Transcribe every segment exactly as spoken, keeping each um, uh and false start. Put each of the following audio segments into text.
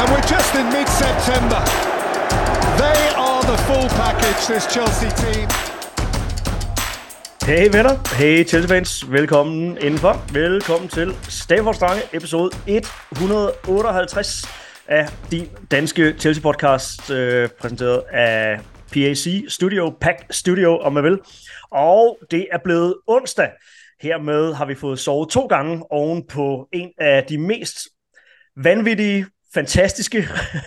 we're just in mid-September. They are the full package, this Chelsea team. Hey venner, hey Chelsea-fans, velkommen indenfor. Velkommen til Stamford Stange, episode et hundrede otteoghalvtreds af din danske Chelsea-podcast, øh, præsenteret af P A C Studio, Pack Studio, om man vil. Og det er blevet onsdag. Hermed har vi fået sovet to gange oven på en af de mest vanvittige, fantastiske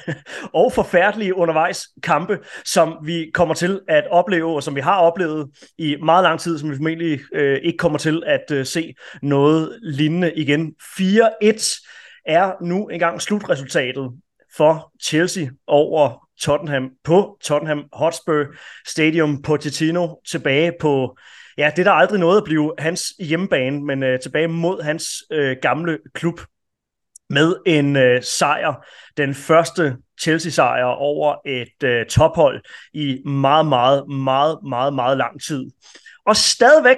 og forfærdelige undervejs kampe, som vi kommer til at opleve, og som vi har oplevet i meget lang tid, som vi formentlig øh, ikke kommer til at øh, se noget lignende igen. fire et er nu engang slutresultatet for Chelsea over Tottenham på Tottenham Hotspur Stadium på Pochettino, tilbage på, ja, det der aldrig nåede at blive hans hjemmebane, men øh, tilbage mod hans øh, gamle klub, med en øh, sejr, den første Chelsea-sejr over et øh, tophold i meget, meget, meget, meget, meget lang tid. Og stadigvæk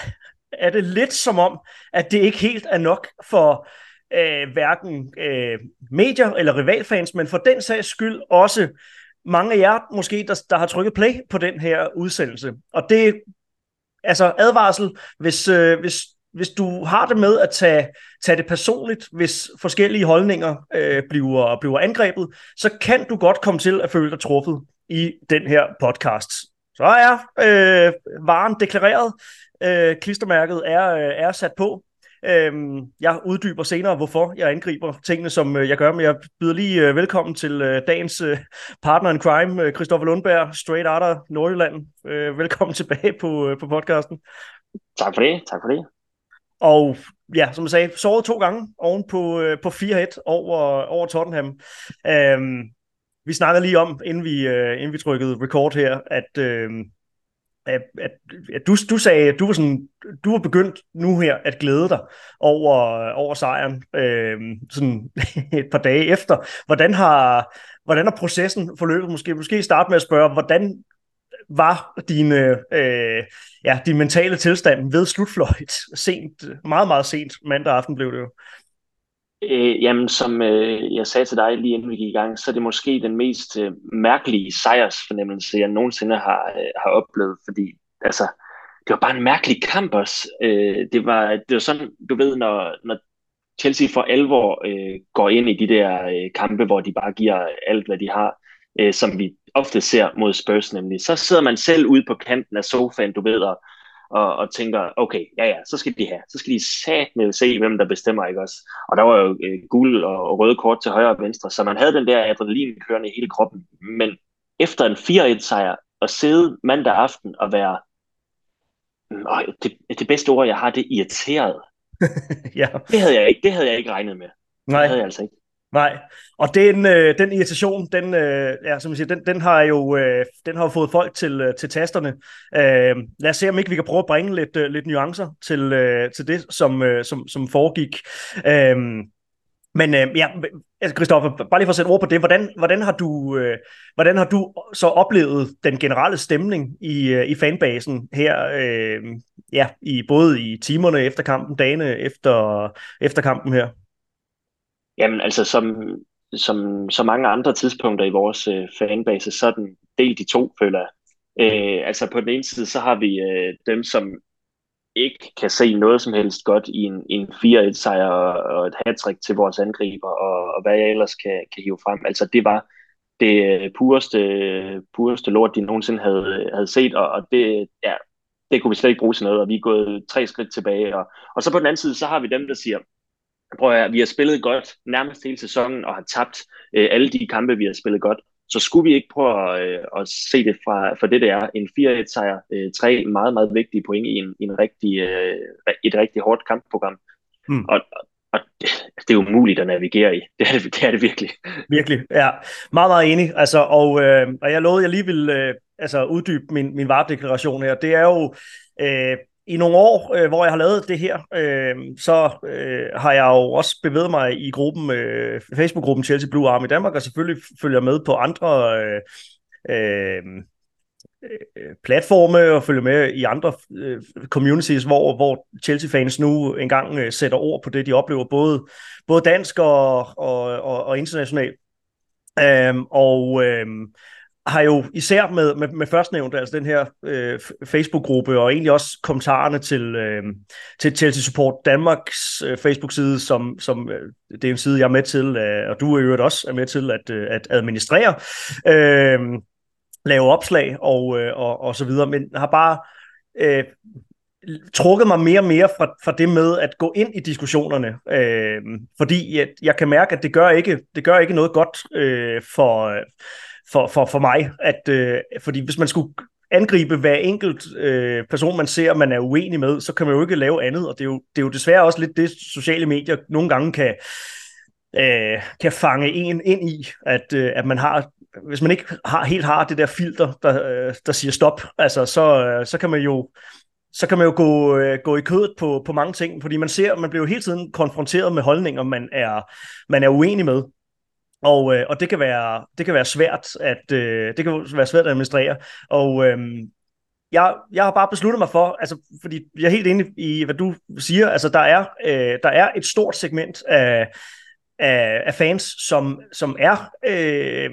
er det lidt som om, at det ikke helt er nok for øh, hverken øh, medier eller rivalfans, men for den sags skyld også mange af jer måske, der, der har trykket play på den her udsendelse. Og det altså advarsel, hvis, øh, hvis Hvis du har det med at tage, tage det personligt, hvis forskellige holdninger øh, bliver, bliver angrebet, så kan du godt komme til at føle dig truffet i den her podcast. Så er øh, varen deklareret, øh, klistermærket er, er sat på. Øh, jeg uddyber senere, hvorfor jeg angriber tingene, som jeg gør, men jeg byder lige øh, velkommen til øh, dagens øh, partner in crime, øh, Christoffer Lundberg, straight outta Nordjylland. Øh, velkommen tilbage på, øh, på podcasten. Tak for det, tak for det. Og ja, som jeg sagde, såret to gange oven på, øh, på fire et over, over Tottenham. Øhm, vi snakkede lige om, inden vi, øh, inden vi trykkede record her, at, øh, at, at, at du, du sagde, at du var, sådan, du var begyndt nu her at glæde dig over, over sejren øh, sådan et par dage efter. Hvordan har, hvordan har processen forløbet? Måske, måske starte med at spørge, hvordan var din, øh, ja, din mentale tilstand ved slutfløjt sent, meget, meget sent mandag aften blev det jo? Øh, jamen, som øh, jeg sagde til dig lige inden vi gik i gang, så er det måske den mest øh, mærkelige sejrsfornemmelse, jeg nogensinde har, øh, har oplevet, fordi altså, det var bare en mærkelig kamp også. Øh, det, var, det var sådan, du ved, når, når Chelsea for alvor øh, går ind i de der øh, kampe, hvor de bare giver alt, hvad de har, øh, som vi ofte ser mod Spurs nemlig, så sidder man selv ude på kanten af sofaen, du ved, og, og, og tænker, okay, ja ja, så skal de have, så skal de satme se, hvem der bestemmer, ikke også? Og der var jo øh, gul og, og røde kort til højre og venstre, så man havde den der adrenalin kørende i hele kroppen, men efter en fire et sejr, at sidde mandag aften og være, øh, det, det bedste ord, jeg har, det er irriteret. Ja. Det havde jeg ikke, det havde jeg ikke regnet med. Nej. Det havde jeg altså ikke. Nej, og den, øh, den irritation, den, øh, ja, som jeg siger, den, den har jo øh, den har jo fået folk til, øh, til tasterne. Øh, lad os se, om ikke vi kan prøve at bringe lidt, øh, lidt nuancer til, øh, til det, som, øh, som, som foregik. Øh, men øh, ja, altså Christoffer, bare lige for at sætte ord på det, hvordan, hvordan, har du, øh, hvordan har du så oplevet den generelle stemning i, øh, i fanbasen her, øh, ja, i, både i timerne efter kampen, dagene efter, efter kampen her? Jamen altså, som, som så mange andre tidspunkter i vores øh, fanbase, så er den delt i to, føler jeg. Øh, altså på den ene side, så har vi øh, dem, som ikke kan se noget som helst godt i en, en fire et sejr og, og et hattrick til vores angriber, og, og hvad jeg ellers kan, kan hive frem. Altså det var det pureste, pureste lort, de nogensinde havde, havde set, og, og det, ja, det kunne vi slet ikke bruge til noget, og vi er gået tre skridt tilbage. Og, og så på den anden side, så har vi dem, der siger, prøv at, vi har spillet godt nærmest hele sæsonen og har tabt øh, alle de kampe, vi har spillet godt. Så skulle vi ikke prøve at, øh, at se det fra, for det, det er en fire et sejr, øh, tre meget, meget vigtige point i en, en rigtig, øh, et rigtig hårdt kampprogram. Hmm. Og, og det, det er jo umuligt at navigere i. Det er det, det, er det virkelig. Virkelig, ja. Meget, meget enig. Altså, og, øh, og jeg lovede, jeg lige vil øh, altså, uddybe min, min varedeklaration her. Det er jo... Øh, I nogle år, øh, hvor jeg har lavet det her, øh, så øh, har jeg jo også bevæget mig i gruppen, øh, Facebook-gruppen Chelsea Blue Army Danmark, og selvfølgelig følger med på andre øh, øh, platforme og følger med i andre øh, communities, hvor, hvor Chelsea-fans nu engang øh, sætter ord på det, de oplever, både, både dansk og, og, og, og internationalt. Øhm, og øhm, har jo især med, med, med førstnævnte, altså den her øh, Facebook-gruppe, og egentlig også kommentarerne til, øh, til Chelsea Support Danmarks øh, Facebook-side, som, som øh, det er en side, jeg er med til, øh, og du er jo også er med til at, øh, at administrere, øh, lave opslag og, øh, og, og så videre, men har bare øh, trukket mig mere og mere fra, fra det med at gå ind i diskussionerne, øh, fordi jeg, jeg kan mærke, at det gør ikke, det gør ikke noget godt øh, for, for, for, for mig, at, øh, fordi hvis man skulle angribe hver enkelt øh, person, man ser, man er uenig med, så kan man jo ikke lave andet, og det er jo, det er jo desværre også lidt det, sociale medier nogle gange kan, øh, kan fange en ind i, at, øh, at man har, hvis man ikke har, helt har det der filter, der, øh, der siger stop, altså, så, øh, så kan man jo så kan man jo gå, øh, gå i kødet på, på mange ting, fordi man ser, man bliver jo hele tiden konfronteret med holdninger, man er, man er uenig med. Og, øh, og det kan være, det kan være svært at øh, det kan være svært at administrere. Og øh, jeg, jeg har bare besluttet mig for, altså, fordi jeg er helt enig i, hvad du siger, altså der er, øh, der er et stort segment af, af, af fans, som, som er øh,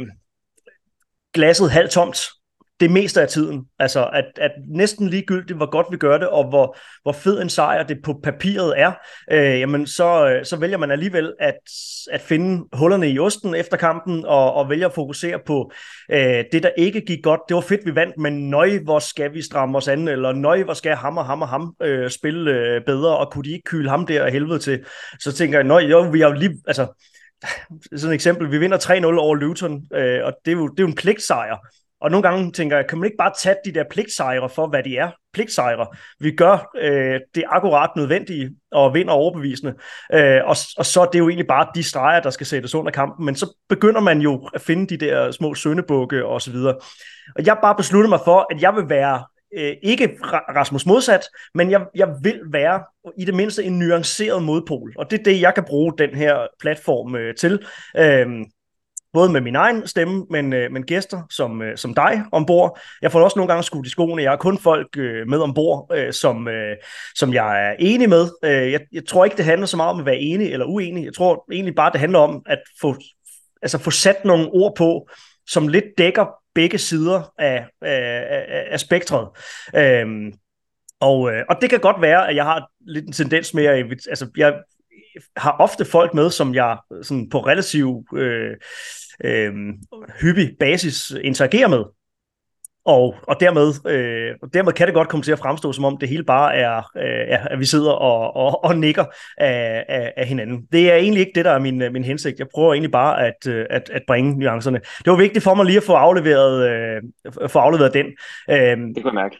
glasset halvt tomt det meste af tiden. Altså, at, at næsten ligegyldigt, hvor godt vi gør det, og hvor, hvor fed en sejr det på papiret er, øh, jamen, så, så vælger man alligevel at, at finde hullerne i osten efter kampen, og, og vælger at fokusere på øh, det, der ikke gik godt. Det var fedt, vi vandt, men nøj, hvor skal vi stramme os an, eller nøj, hvor skal ham og ham og ham øh, spille øh, bedre, og kunne de ikke kyle ham der af helvede til? Så tænker jeg, nøj, jo, vi har jo lige, altså, sådan et eksempel, vi vinder tre nul over Luton, øh, og det er, jo, det er jo en pligtsejr. Og nogle gange tænker jeg, kan man ikke bare tage de der pligtsejre for, hvad de er? Pligtsejre. Vi gør øh, det akkurat nødvendige og vinder overbevisende. Øh, og, og så er det jo egentlig bare de streger, der skal sættes under kampen. Men så begynder man jo at finde de der små syndebukke og så videre. Og jeg har bare besluttet mig for, at jeg vil være øh, ikke Rasmus modsat, men jeg, jeg vil være i det mindste en nuanceret modpol. Og det er det, jeg kan bruge den her platform øh, til. Øh, Både med min egen stemme, men, øh, men gæster som, øh, som dig ombord. Jeg får også nogle gange skudt i skoene. Jeg har kun folk øh, med ombord, øh, som, øh, som jeg er enig med. Øh, jeg, jeg tror ikke, det handler så meget om at være enig eller uenig. Jeg tror egentlig bare, det handler om at få, altså få sat nogle ord på, som lidt dækker begge sider af, af, af, af spektret. Øh, og, øh, og det kan godt være, at jeg har lidt en tendens med, at altså, jeg har ofte folk med, som jeg sådan på relativt øh, øh, hyppig basis interagerer med. Og, og, dermed, øh, og dermed kan det godt komme til at fremstå, som om det hele bare er, øh, at vi sidder og, og, og nikker af, af, af hinanden. Det er egentlig ikke det, der er min, min hensigt. Jeg prøver egentlig bare at, at, at bringe nuancerne. Det var vigtigt for mig lige at få afleveret, øh, få afleveret den. Øh, det kan jeg mærke.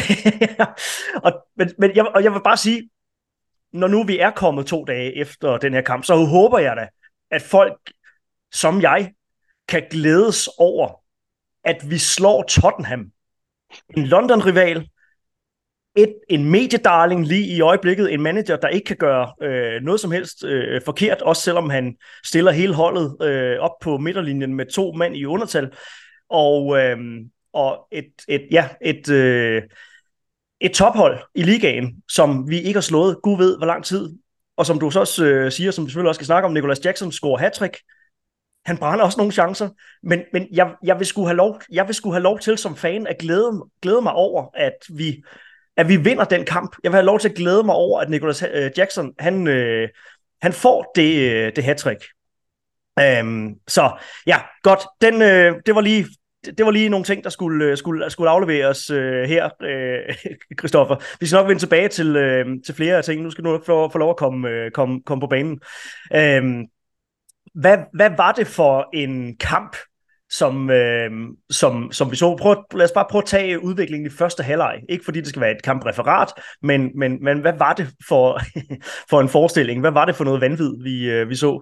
og, men, men jeg, og jeg vil bare sige, når nu vi er kommet to dage efter den her kamp, så håber jeg da, at folk som jeg kan glædes over, at vi slår Tottenham. En London-rival, et, en mediedarling lige i øjeblikket, en manager, der ikke kan gøre øh, noget som helst øh, forkert, også selvom han stiller hele holdet øh, op på midterlinjen med to mand i undertal, og, øh, og et, et, ja, et, øh, et tophold i ligaen, som vi ikke har slået, gud ved hvor lang tid, og som du så også øh, siger, som vi selvfølgelig også skal snakke om, Nicholas Jackson scorer hattrick. Han brænder også nogle chancer, men, men jeg, jeg, vil sgu have lov, jeg vil sgu have lov til som fan at glæde, glæde mig over, at vi, at vi vinder den kamp. Jeg vil have lov til at glæde mig over, at Nicholas Jackson, han, øh, han får det, det hattrick. Um, så ja, godt. Den, øh, det var lige det var lige nogle ting, der skulle, skulle, skulle afleveres øh, her, øh, Christoffer. Vi skal nok vende tilbage til, øh, til flere ting. Nu skal du få, få lov at komme, øh, komme, komme på banen. Um, Hvad, hvad var det for en kamp, som, øh, som, som vi så? Prøv, lad os bare prøve at tage udviklingen i første halvleg. Ikke fordi det skal være et kampreferat, men, men, men hvad var det for, for en forestilling? Hvad var det for noget vanvid, vi, øh, vi så?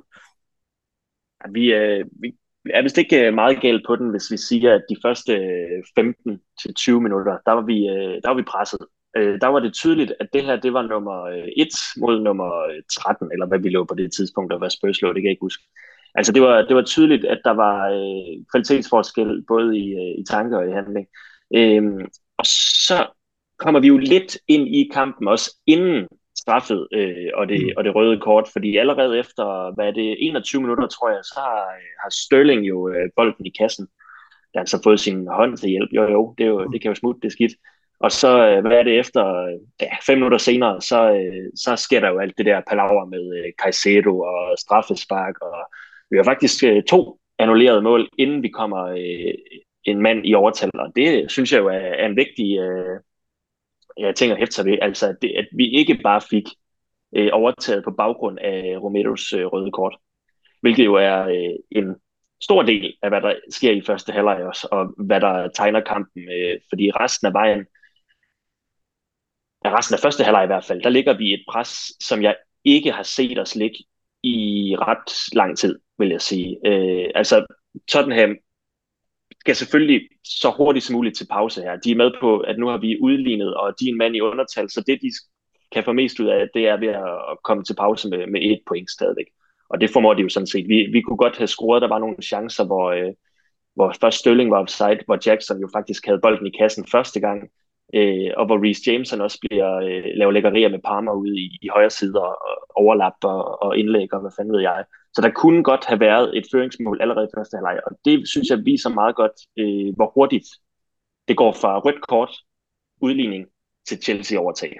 Vi, øh, vi er vist ikke meget galt på den, hvis vi siger, at de første femten til tyve minutter, der var vi, øh, der var vi presset. Øh, der var det tydeligt, at det her, det var nummer et mod nummer tretten, eller hvad vi lå på det tidspunkt, og hvad Spurs lå, det kan jeg ikke huske. Altså det var, det var tydeligt, at der var øh, kvalitetsforskel, både i, øh, i tanker og i handling. Øh, og så kommer vi jo lidt ind i kampen også, inden straffet øh, og, det, Mm. og det røde kort, fordi allerede efter, hvad er det, enogtyve minutter, tror jeg, så har, har Sterling jo øh, bolden i kassen, da han så fået sin hånd til hjælp. Jo, jo, det, er jo, det kan jo smutte, det er skidt. Og så, øh, hvad er det efter, ja, fem minutter senere, så, øh, så sker der jo alt det der palaver med øh, Caicedo og straffespark, og vi har faktisk øh, to annullerede mål, inden vi kommer øh, en mand i overtal, og det synes jeg jo er, er en vigtig øh, ja, ting at hæfte sig ved, altså at, det, at vi ikke bare fik øh, overtaget på baggrund af Romeros øh, røde kort, hvilket jo er øh, en stor del af, hvad der sker i første halvleg også, og hvad der tegner kampen, øh, fordi resten af vejen, ja, resten af første halvleg i hvert fald, der ligger vi et pres, som jeg ikke har set os ligge i ret lang tid, vil jeg sige. Øh, altså Tottenham skal selvfølgelig så hurtigt som muligt til pause her. De er med på, at nu har vi udlignet, og de er en mand i undertal, så det de kan få mest ud af, det er ved at komme til pause med, med et point stadigvæk. Og det formår de jo sådan set. Vi, vi kunne godt have scoret, der var nogle chancer, hvor, øh, hvor først Sterling var offside, hvor Jackson jo faktisk havde bolden i kassen første gang, øh, og hvor Reece James også bliver øh, lavet lækkerier med Palmer ude i, i højre side, og overlap og, og indlæg, og hvad fanden ved jeg. Så der kunne godt have været et føringsmål allerede i første halvleg, og det synes jeg viser meget godt, øh, hvor hurtigt det går fra rødt kort, udligning, til Chelsea overtag.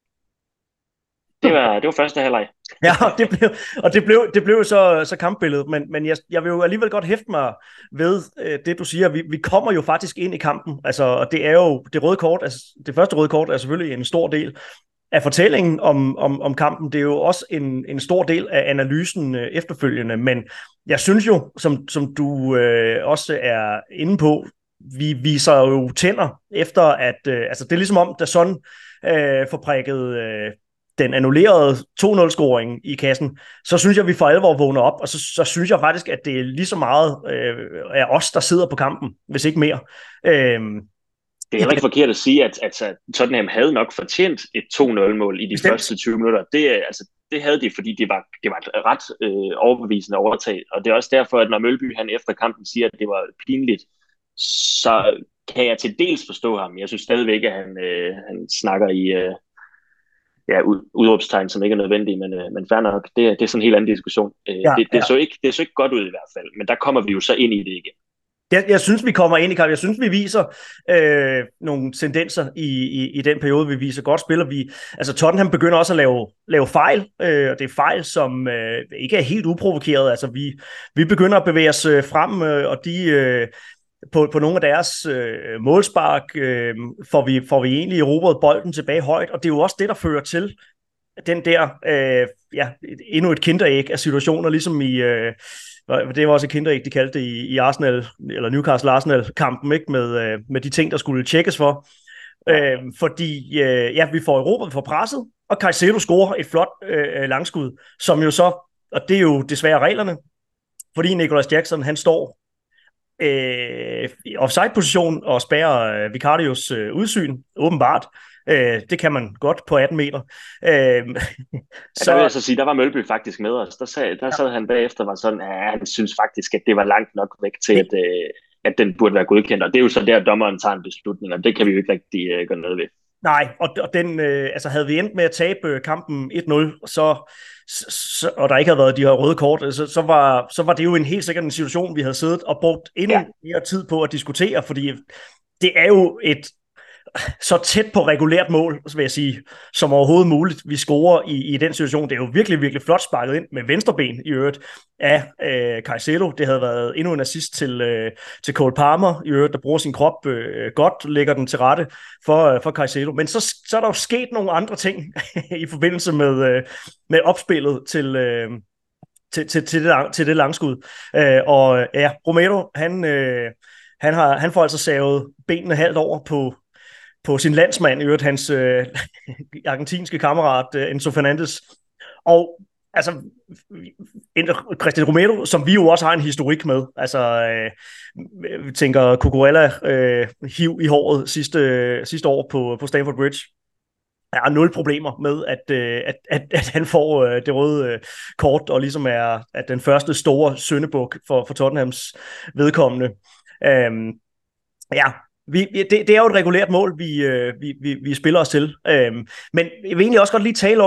Det var, det var første halvleg. Ja, og det blev, og det blev, det blev så, så kampbilledet, men, men jeg, jeg vil jo alligevel godt hæfte mig ved øh, det, du siger. Vi, vi kommer jo faktisk ind i kampen, altså, og det er jo det røde kort, altså, det første røde kort er selvfølgelig en stor del af fortællingen om, om, om kampen. Det er jo også en, en stor del af analysen øh, efterfølgende, men jeg synes jo, som, som du øh, også er inde på, vi viser jo tænder efter, at øh, altså, det er ligesom om, da sådan øh, får prikket øh, den annullerede to nul-scoring i kassen, så synes jeg, vi for alvor vågner op, og så, så synes jeg faktisk, at det er lige så meget øh, af os, der sidder på kampen, hvis ikke mere. Øh, det er heller ikke forkert at sige, at, at Tottenham havde nok fortjent et to nul-mål i de Bestemt. første tyve minutter. Det, altså, det havde de, fordi det var, det var et ret øh, overbevisende overtag, og det er også derfor, at når Mølby han efter kampen siger, at det var pinligt, så kan jeg til dels forstå ham. Jeg synes stadigvæk, at han, øh, han snakker i øh, ja, udråbstegn, som ikke er nødvendige, men, øh, men fair nok, det, det er sådan en helt anden diskussion. Øh, ja, det, det, ja. så ikke, det så ikke godt ud i hvert fald, men der kommer vi jo så ind i det igen. Jeg, jeg synes, vi kommer ind i kampen. Jeg synes, vi viser øh, nogle tendenser i, i, i den periode, vi viser godt spil. Vi, altså Tottenham begynder også at lave, lave fejl, øh, og det er fejl, som øh, ikke er helt uprovokeret. Altså vi, vi begynder at bevæge os øh, frem, øh, og de... Øh, På, på nogle af deres øh, målspark øh, får, vi, får vi egentlig erobret bolden tilbage højt, og det er jo også det, der fører til den der, øh, ja, endnu et kinderæg af situationer, ligesom i, øh, det var også et kinderæg, de kaldte det i, i Arsenal, eller Newcastle-Arsenal-kampen, ikke, med, øh, med de ting, der skulle tjekkes for. Øh, fordi, øh, ja, vi får erobret, vi får presset, og Caicedo scorer et flot øh, langskud, som jo så, og det er jo desværre reglerne, fordi Nicolas Jackson, han står Øh, offside-position og spærrer øh, Vicarios øh, udsyn, åbenbart. Øh, det kan man godt på atten meter. Øh, ja, så... Der vil jeg så sige, der var Mølby faktisk med os. Der, sag, der sad ja. han bagefter var sådan, at han synes faktisk, at det var langt nok væk til, at, øh, at den burde være godkendt. Og det er jo så der, dommeren tager en beslutning, og det kan vi jo ikke rigtig øh, gøre noget ved. Nej, og, og den, øh, altså havde vi endt med at tabe kampen et nul, så, så, og der ikke havde været de her røde kort, så, så, var, så var det jo en helt sikkert en situation, vi havde siddet og brugt endnu ja. mere tid på at diskutere, fordi det er jo et så tæt på regulært mål, vil jeg sige, som overhovedet muligt, vi scorer i, i den situation. Det er jo virkelig, virkelig flot sparket ind med venstreben i øvrigt af øh, Caicedo. Det havde været endnu en assist til, øh, til Cole Palmer i øvrigt, der bruger sin krop øh, godt, lægger den til rette for, øh, for Caicedo. Men så, så er der jo sket nogle andre ting i forbindelse med, øh, med opspillet til... Øh, til, til, til, det, til det langskud. Øh, og ja, Romero, han, øh, han, har, han får altså savet benene halvt over på på sin landsmand, i øvrigt hans øh, argentinske kammerat øh, Enzo Fernandez. Og altså, Christian Romero, som vi jo også har en historik med, altså, øh, vi tænker Cucurella øh, hiv i håret sidste, øh, sidste år på, på Stamford Bridge. Der er nul problemer med, at, øh, at, at, at han får øh, det røde øh, kort, og ligesom er at den første store syndebuk for, for Tottenhams vedkommende. Øhm, ja, Vi, det, det er jo et regulært mål, vi, vi, vi, vi spiller os til. Øhm, men jeg vil egentlig også godt lige tale om,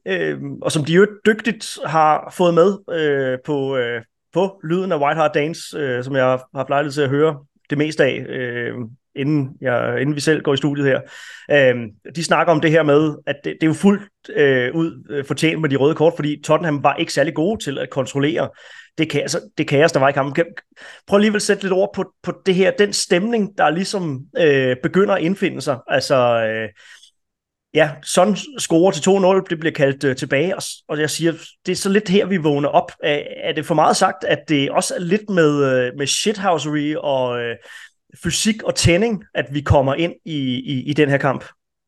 øh, og som de jo dygtigt har fået med øh, på, øh, på lyden af White Hart Danes, øh, som jeg har haft lejlighed til at høre det meste af, øh, inden, jeg, inden vi selv går i studiet her. Øh, de snakker om det her med, at det, det er jo fuldt øh, ud øh, fortjent med de røde kort, fordi Tottenham var ikke særlig gode til at kontrollere det kaos, det kaos der var i kampen. Prøv alligevel at sætte lidt ord på, på det her, den stemning, der ligesom øh, begynder at indfinde sig. Altså, øh, ja, Son scorer til to nul, det bliver kaldt øh, tilbage, og, og jeg siger, det er så lidt her, vi vågner op. Er, er det for meget sagt, at det også er lidt med, øh, med shithousery og øh, fysik og tænding, at vi kommer ind i, i, i den her kamp?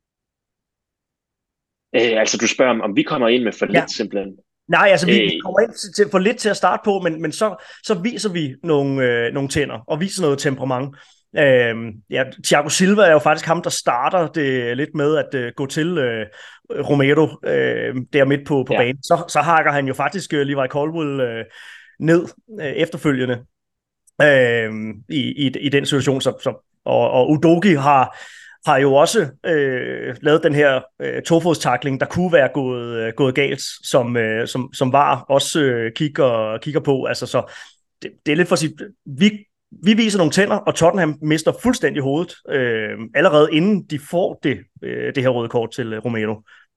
Øh, altså, du spørger, om, om vi kommer ind med for lidt, ja. Simpelthen. Nej, altså vi, øh, vi kommer ind til, for lidt til at starte på, men, men så, så viser vi nogle, øh, nogle tænder, og viser noget temperament. Øh, ja, Thiago Silva er jo faktisk ham, der starter det lidt med at øh, gå til øh, Romero øh, der midt på, på ja. banen. Så, så hakker han jo faktisk øh, Levi Colwill øh, ned øh, efterfølgende øh, i, i, i den situation. Så, så, og, og Udogi har... har jo også øh, lavet den her øh, tofodstakling, der kunne være gået, øh, gået galt, som, øh, som, som var også øh, kigger, kigger på. Altså, så det, det er lidt for at sige, vi, vi viser nogle tænder, og Tottenham mister fuldstændig hovedet, øh, allerede inden de får det, øh, det her røde kort til øh, Romero.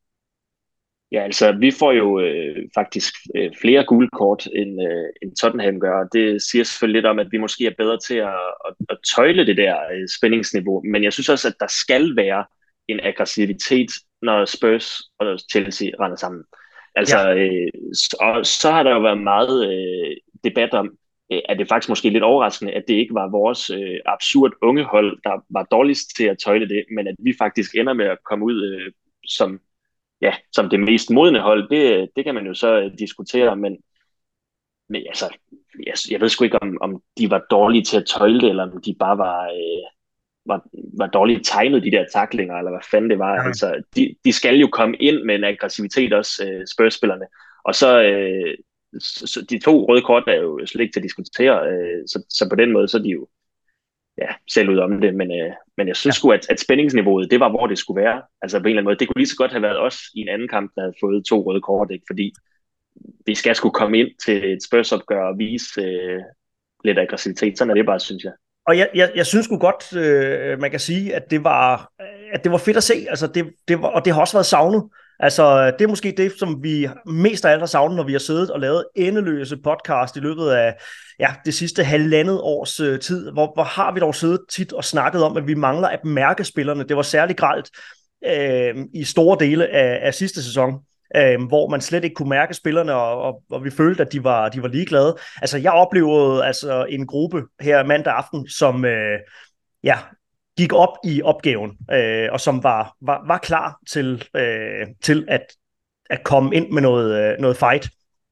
Ja, altså vi får jo øh, faktisk øh, flere gule kort, end, øh, end Tottenham gør. Det siger selvfølgelig lidt om, at vi måske er bedre til at, at, at tøjle det der øh, spændingsniveau. Men jeg synes også, at der skal være en aggressivitet, når Spurs og Chelsea render sammen. Altså, ja. øh, og så har der jo været meget øh, debat om, øh, at det faktisk måske lidt overraskende, at det ikke var vores øh, absurd unge hold, der var dårligst til at tøjle det, men at vi faktisk ender med at komme ud øh, som ja, som det mest modne hold, det, det kan man jo så diskutere, men, men altså, jeg, jeg ved sgu ikke, om, om de var dårlige til at tøjle det, eller om de bare var, øh, var, var dårligt tegnet, de der taklinger, eller hvad fanden det var. Ja. Altså, de, de skal jo komme ind med en aggressivitet også, øh, spørgspillerne. Og så, øh, så de to røde kort er jo slet ikke til at diskutere, øh, så, så på den måde, så er de jo ja, selv ud om det, men, øh, men jeg synes ja. sgu, at, at spændingsniveauet, det var, hvor det skulle være. Altså på en eller anden måde, det kunne lige så godt have været os i en anden kamp, der havde fået to røde kort, ikke? Fordi vi skal sgu komme ind til et spørgsmålsopgør og vise øh, lidt aggressivitet. Sådan er det bare, synes jeg. Og jeg, jeg, jeg synes sgu godt, øh, man kan sige, at det var, at det var fedt at se, altså det, det var, og det har også været savnet. Altså, det er måske det, som vi mest af alt har savnet, når vi har siddet og lavet endeløse podcast i løbet af ja, det sidste halvandet års øh, tid. Hvor, hvor har vi dog siddet tit og snakket om, at vi mangler at mærke spillerne. Det var særligt grelt øh, i store dele af, af sidste sæson, øh, hvor man slet ikke kunne mærke spillerne, og, og, og vi følte, at de var, de var ligeglade. Altså, jeg oplevede altså en gruppe her mandag aften, som øh, ja, gik op i opgaven, øh, og som var, var, var klar til, øh, til at, at komme ind med noget, øh, noget fight.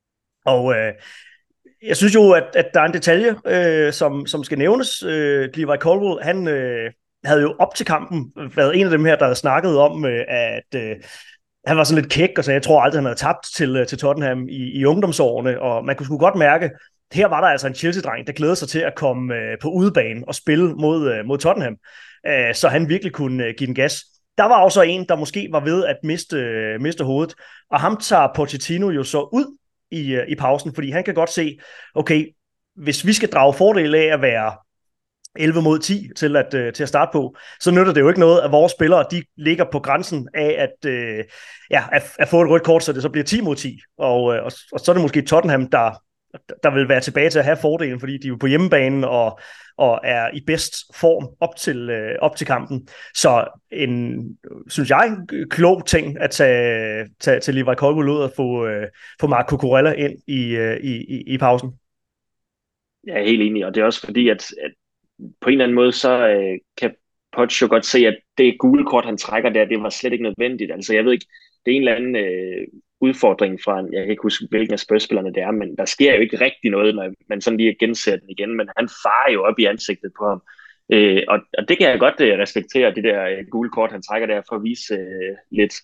Og øh, jeg synes jo, at, at der er en detalje, øh, som, som skal nævnes. Øh, Levi Colwill, han øh, havde jo op til kampen været en af dem her, der havde snakket om, øh, at øh, han var sådan lidt kæk, og så jeg tror aldrig, han havde tabt til, til Tottenham i, i ungdomsårene, og man kunne sgu godt mærke, her var der altså en Chelsea-dreng, der glædede sig til at komme øh, på udebane og spille mod, øh, mod Tottenham, øh, så han virkelig kunne øh, give den gas. Der var også en, der måske var ved at miste, øh, miste hovedet, og ham tager Pochettino jo så ud i, øh, i pausen, fordi han kan godt se, okay, hvis vi skal drage fordel af at være elleve mod ti til at, øh, til at starte på, så nytter det jo ikke noget, at vores spillere, de ligger på grænsen af at, øh, ja, at, at få et rødt kort, så det så bliver ti mod ti, og, øh, og, og så er det måske Tottenham, der der vil være tilbage til at have fordelen, fordi de er jo på hjemmebanen og, og er i bedst form op til, øh, op til kampen. Så en, synes jeg, klog ting at tage, tage til Levi Colwill ud og få, øh, få Marco Kurella ind i, øh, i, i pausen. Jeg er helt enig, og det er også fordi, at, at på en eller anden måde, så øh, kan Poch jo godt se, at det gule kort, han trækker der, det var slet ikke nødvendigt. Altså jeg ved ikke, det er en eller anden øh, udfordring fra, en, jeg kan ikke huske, hvilken af spørgspillerne det er, men der sker jo ikke rigtig noget, når man sådan lige genser den igen, men han farer jo op i ansigtet på ham. Øh, og, og det kan jeg godt øh, respektere, det der øh, gule kort, han trækker der, for at vise øh, lidt,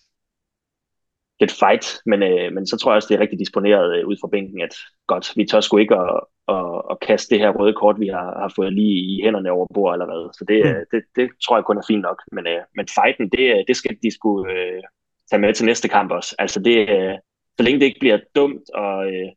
lidt fight, men, øh, men så tror jeg også, det er rigtig disponeret øh, ud fra bænken, at godt, vi tør sgu ikke at, at, at kaste det her røde kort, vi har, har fået lige i hænderne over bord allerede, så det, mm. det, det tror jeg kun er fint nok, men, øh, men fighten, det, det skal de sgu... Øh, tage med til næste kamp også. Altså det, øh, så længe det ikke bliver dumt, og øh,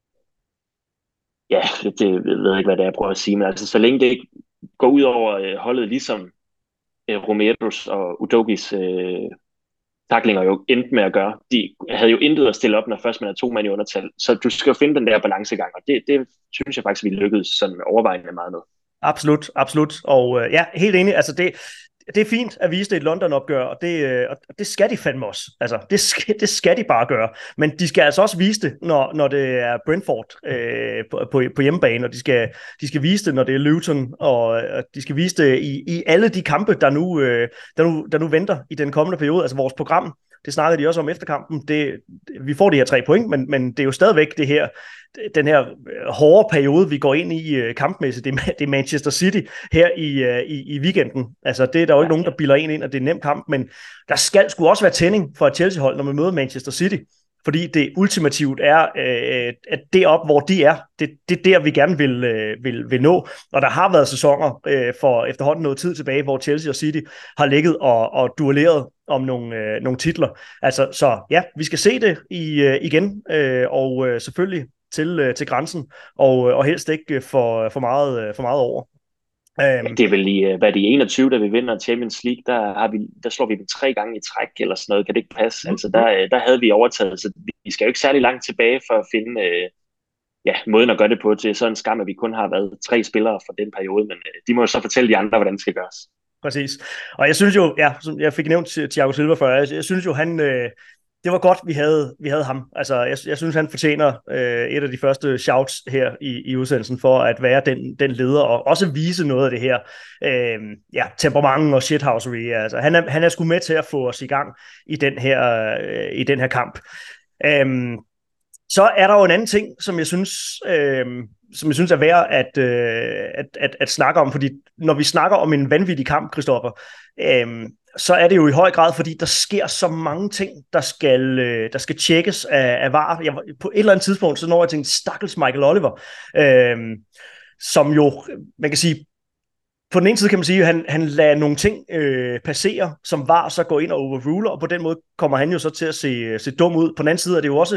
ja, det, det jeg ved jeg ikke, hvad det er, jeg prøver at sige, men altså så længe det ikke går ud over øh, holdet, ligesom øh, Romeros og Udogis øh, taklinger jo endte med at gøre. De havde jo intet at stille op, når først man er to mand i undertal. Så du skal jo finde den der balancegang, og det, det synes jeg faktisk, vi lykkedes sådan overvejende meget med. Absolut, absolut. Og øh, ja, helt enig. Altså det, det er fint at vise det i et London-opgør, og det, øh, og det skal de fandme også. Altså, det skal, det skal de bare gøre. Men de skal altså også vise det, når, når det er Brentford øh, på, på, på hjemmebane, og de skal, de skal vise det, når det er Luton, og, og de skal vise det i, i alle de kampe, der nu, øh, der, nu, der nu venter i den kommende periode. Altså vores program, det snakkede de også om efter kampen. Det, vi får de her tre point, men, men det er jo stadigvæk det her, den her hårde periode, vi går ind i uh, kampmæssigt. Det er, det er Manchester City her i, uh, i, i weekenden. Altså, det er der jo ikke nogen, der bilder en ind, at det er en nem kamp, men der skal sgu også være tænding for et Chelsea-hold, når man møder Manchester City. Fordi det ultimativt er, øh, at det op, hvor de er, det, det er der, vi gerne vil, øh, vil, vil nå. Og der har været sæsoner øh, for efterhånden noget tid tilbage, hvor Chelsea og City har ligget og, og duelleret om nogle, øh, nogle titler. Altså, så ja, vi skal se det i, øh, igen, øh, og øh, selvfølgelig til, øh, til grænsen, og, og helst ikke for, for, meget, for meget over. Um, det er vel i, hvad er det, enogtyve, da vi vinder Champions League, der, har vi, der slår vi dem tre gange i træk, eller sådan noget, kan det ikke passe? Mm-hmm. Altså, der, der havde vi overtaget, så vi skal jo ikke særlig langt tilbage for at finde øh, ja, måden at gøre det på. Til sådan en skam, at vi kun har været tre spillere for den periode, men øh, de må jo så fortælle de andre, hvordan det skal gøres. Præcis. Og jeg synes jo, ja, som jeg fik nævnt Thiago Silva før, jeg, jeg synes jo, han... Øh, det var godt, vi havde, vi havde ham. Altså, jeg, jeg synes, han fortjener øh, et af de første shouts her i, i udsendelsen for at være den, den leder, og også vise noget af det her øh, ja, temperament og shithousery. Altså, han, er, han er sgu med til at få os i gang i den her, øh, i den her kamp. Øh, så er der jo en anden ting, som jeg synes, øh, som jeg synes er værd at, øh, at, at, at snakke om, fordi når vi snakker om en vanvittig kamp, Christoffer, øh, så er det jo i høj grad, fordi der sker så mange ting, der skal, der skal tjekkes af, af V A R. Jeg, på et eller andet tidspunkt, så når jeg tænkte, stakkels Michael Oliver, øh, som jo, man kan sige, på den ene side kan man sige, at han, han lader nogle ting øh, passere, som V A R så går ind og overruler, og på den måde kommer han jo så til at se, se dum ud. På den anden side er det jo også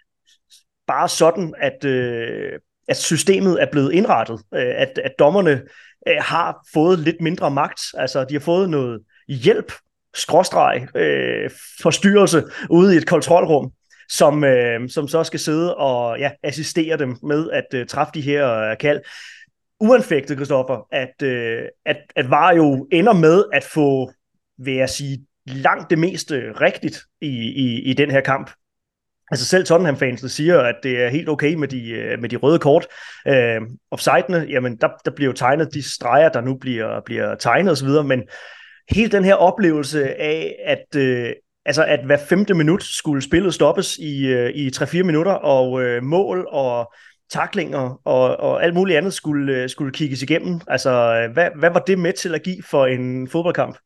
bare sådan, at, øh, at systemet er blevet indrettet, øh, at, at dommerne øh, har fået lidt mindre magt, altså de har fået noget hjælp, skråstreg, øh, forstyrrelse ude i et kontrolrum, som, øh, som så skal sidde og ja, assistere dem med at øh, træffe de her øh, kald. Uanfægtet, Christoffer, at, øh, at, at V A R jo ender med at få, vil jeg sige, langt det meste rigtigt i, i, i den her kamp. Altså selv Tottenham-fansene siger, at det er helt okay med de, med de røde kort. Øh, offsidene, jamen der, der bliver jo tegnet de streger, der nu bliver, bliver tegnet osv., men hele den her oplevelse af, at, øh, altså at hver femte minut skulle spillet stoppes i, øh, i tre fire minutter, og øh, mål og tacklinger og, og alt muligt andet skulle, øh, skulle kigges igennem. Altså, hvad, hvad var det med til at give for en fodboldkamp?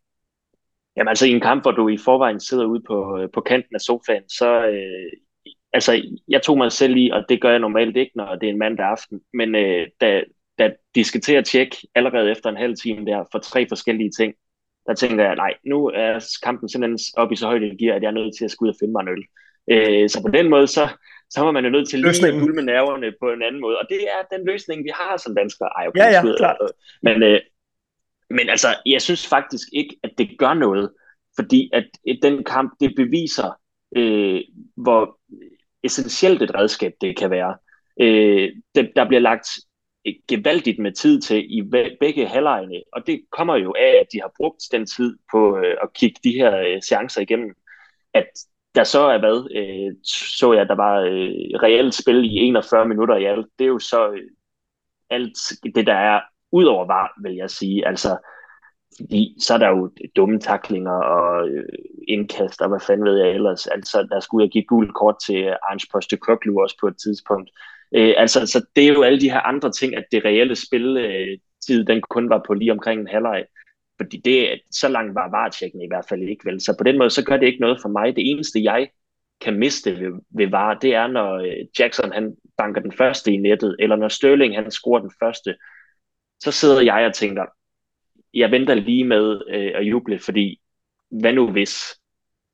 Jamen altså i en kamp, hvor du i forvejen sidder ude på, på kanten af sofaen, så øh, altså jeg tog mig selv i, og det gør jeg normalt ikke, når det er en mandag aften, men øh, da, da de skal til at tjekke allerede efter en halv time der for tre forskellige ting, der tænker jeg, nej, nu er kampen simpelthen oppe i så højt et gear, at jeg er nødt til at skulle ud og finde mig en øl. Øh, så på den måde, så, så var man jo nødt til lige at dulme nerverne på en anden måde, og det er den løsning, vi har som danskere. Ej, okay, ja, ja, klart. Men, øh, men altså, jeg synes faktisk ikke, at det gør noget, fordi at den kamp, det beviser, øh, hvor essentielt et redskab det kan være. Øh, det, der bliver lagt gevaldigt med tid til i begge halvlejene, og det kommer jo af, at de har brugt den tid på øh, at kigge de her øh, seancer igennem. At der så er hvad, øh, så jeg, der var øh, reelt spil i enogfyrre minutter i alt. Det er jo så øh, alt det, der er ud over V A R, vil jeg sige. Altså, fordi så er der jo dumme tacklinger og øh, indkast, og hvad fanden ved jeg ellers. Altså, der skulle jeg give gult kort til Ange Postecoglou også på et tidspunkt. Øh, altså, så det er jo alle de her andre ting, at det reelle spilletid, øh, den kun var på lige omkring en halvleg. Fordi det, så langt var V A R-tjekken i hvert fald ikke vel. Så på den måde, så gør det ikke noget for mig. Det eneste, jeg kan miste ved, ved V A R, det er, når Jackson han banker den første i nettet, eller når Sterling han scorer den første. Så sidder jeg og tænker, jeg venter lige med øh, at juble, fordi hvad nu hvis?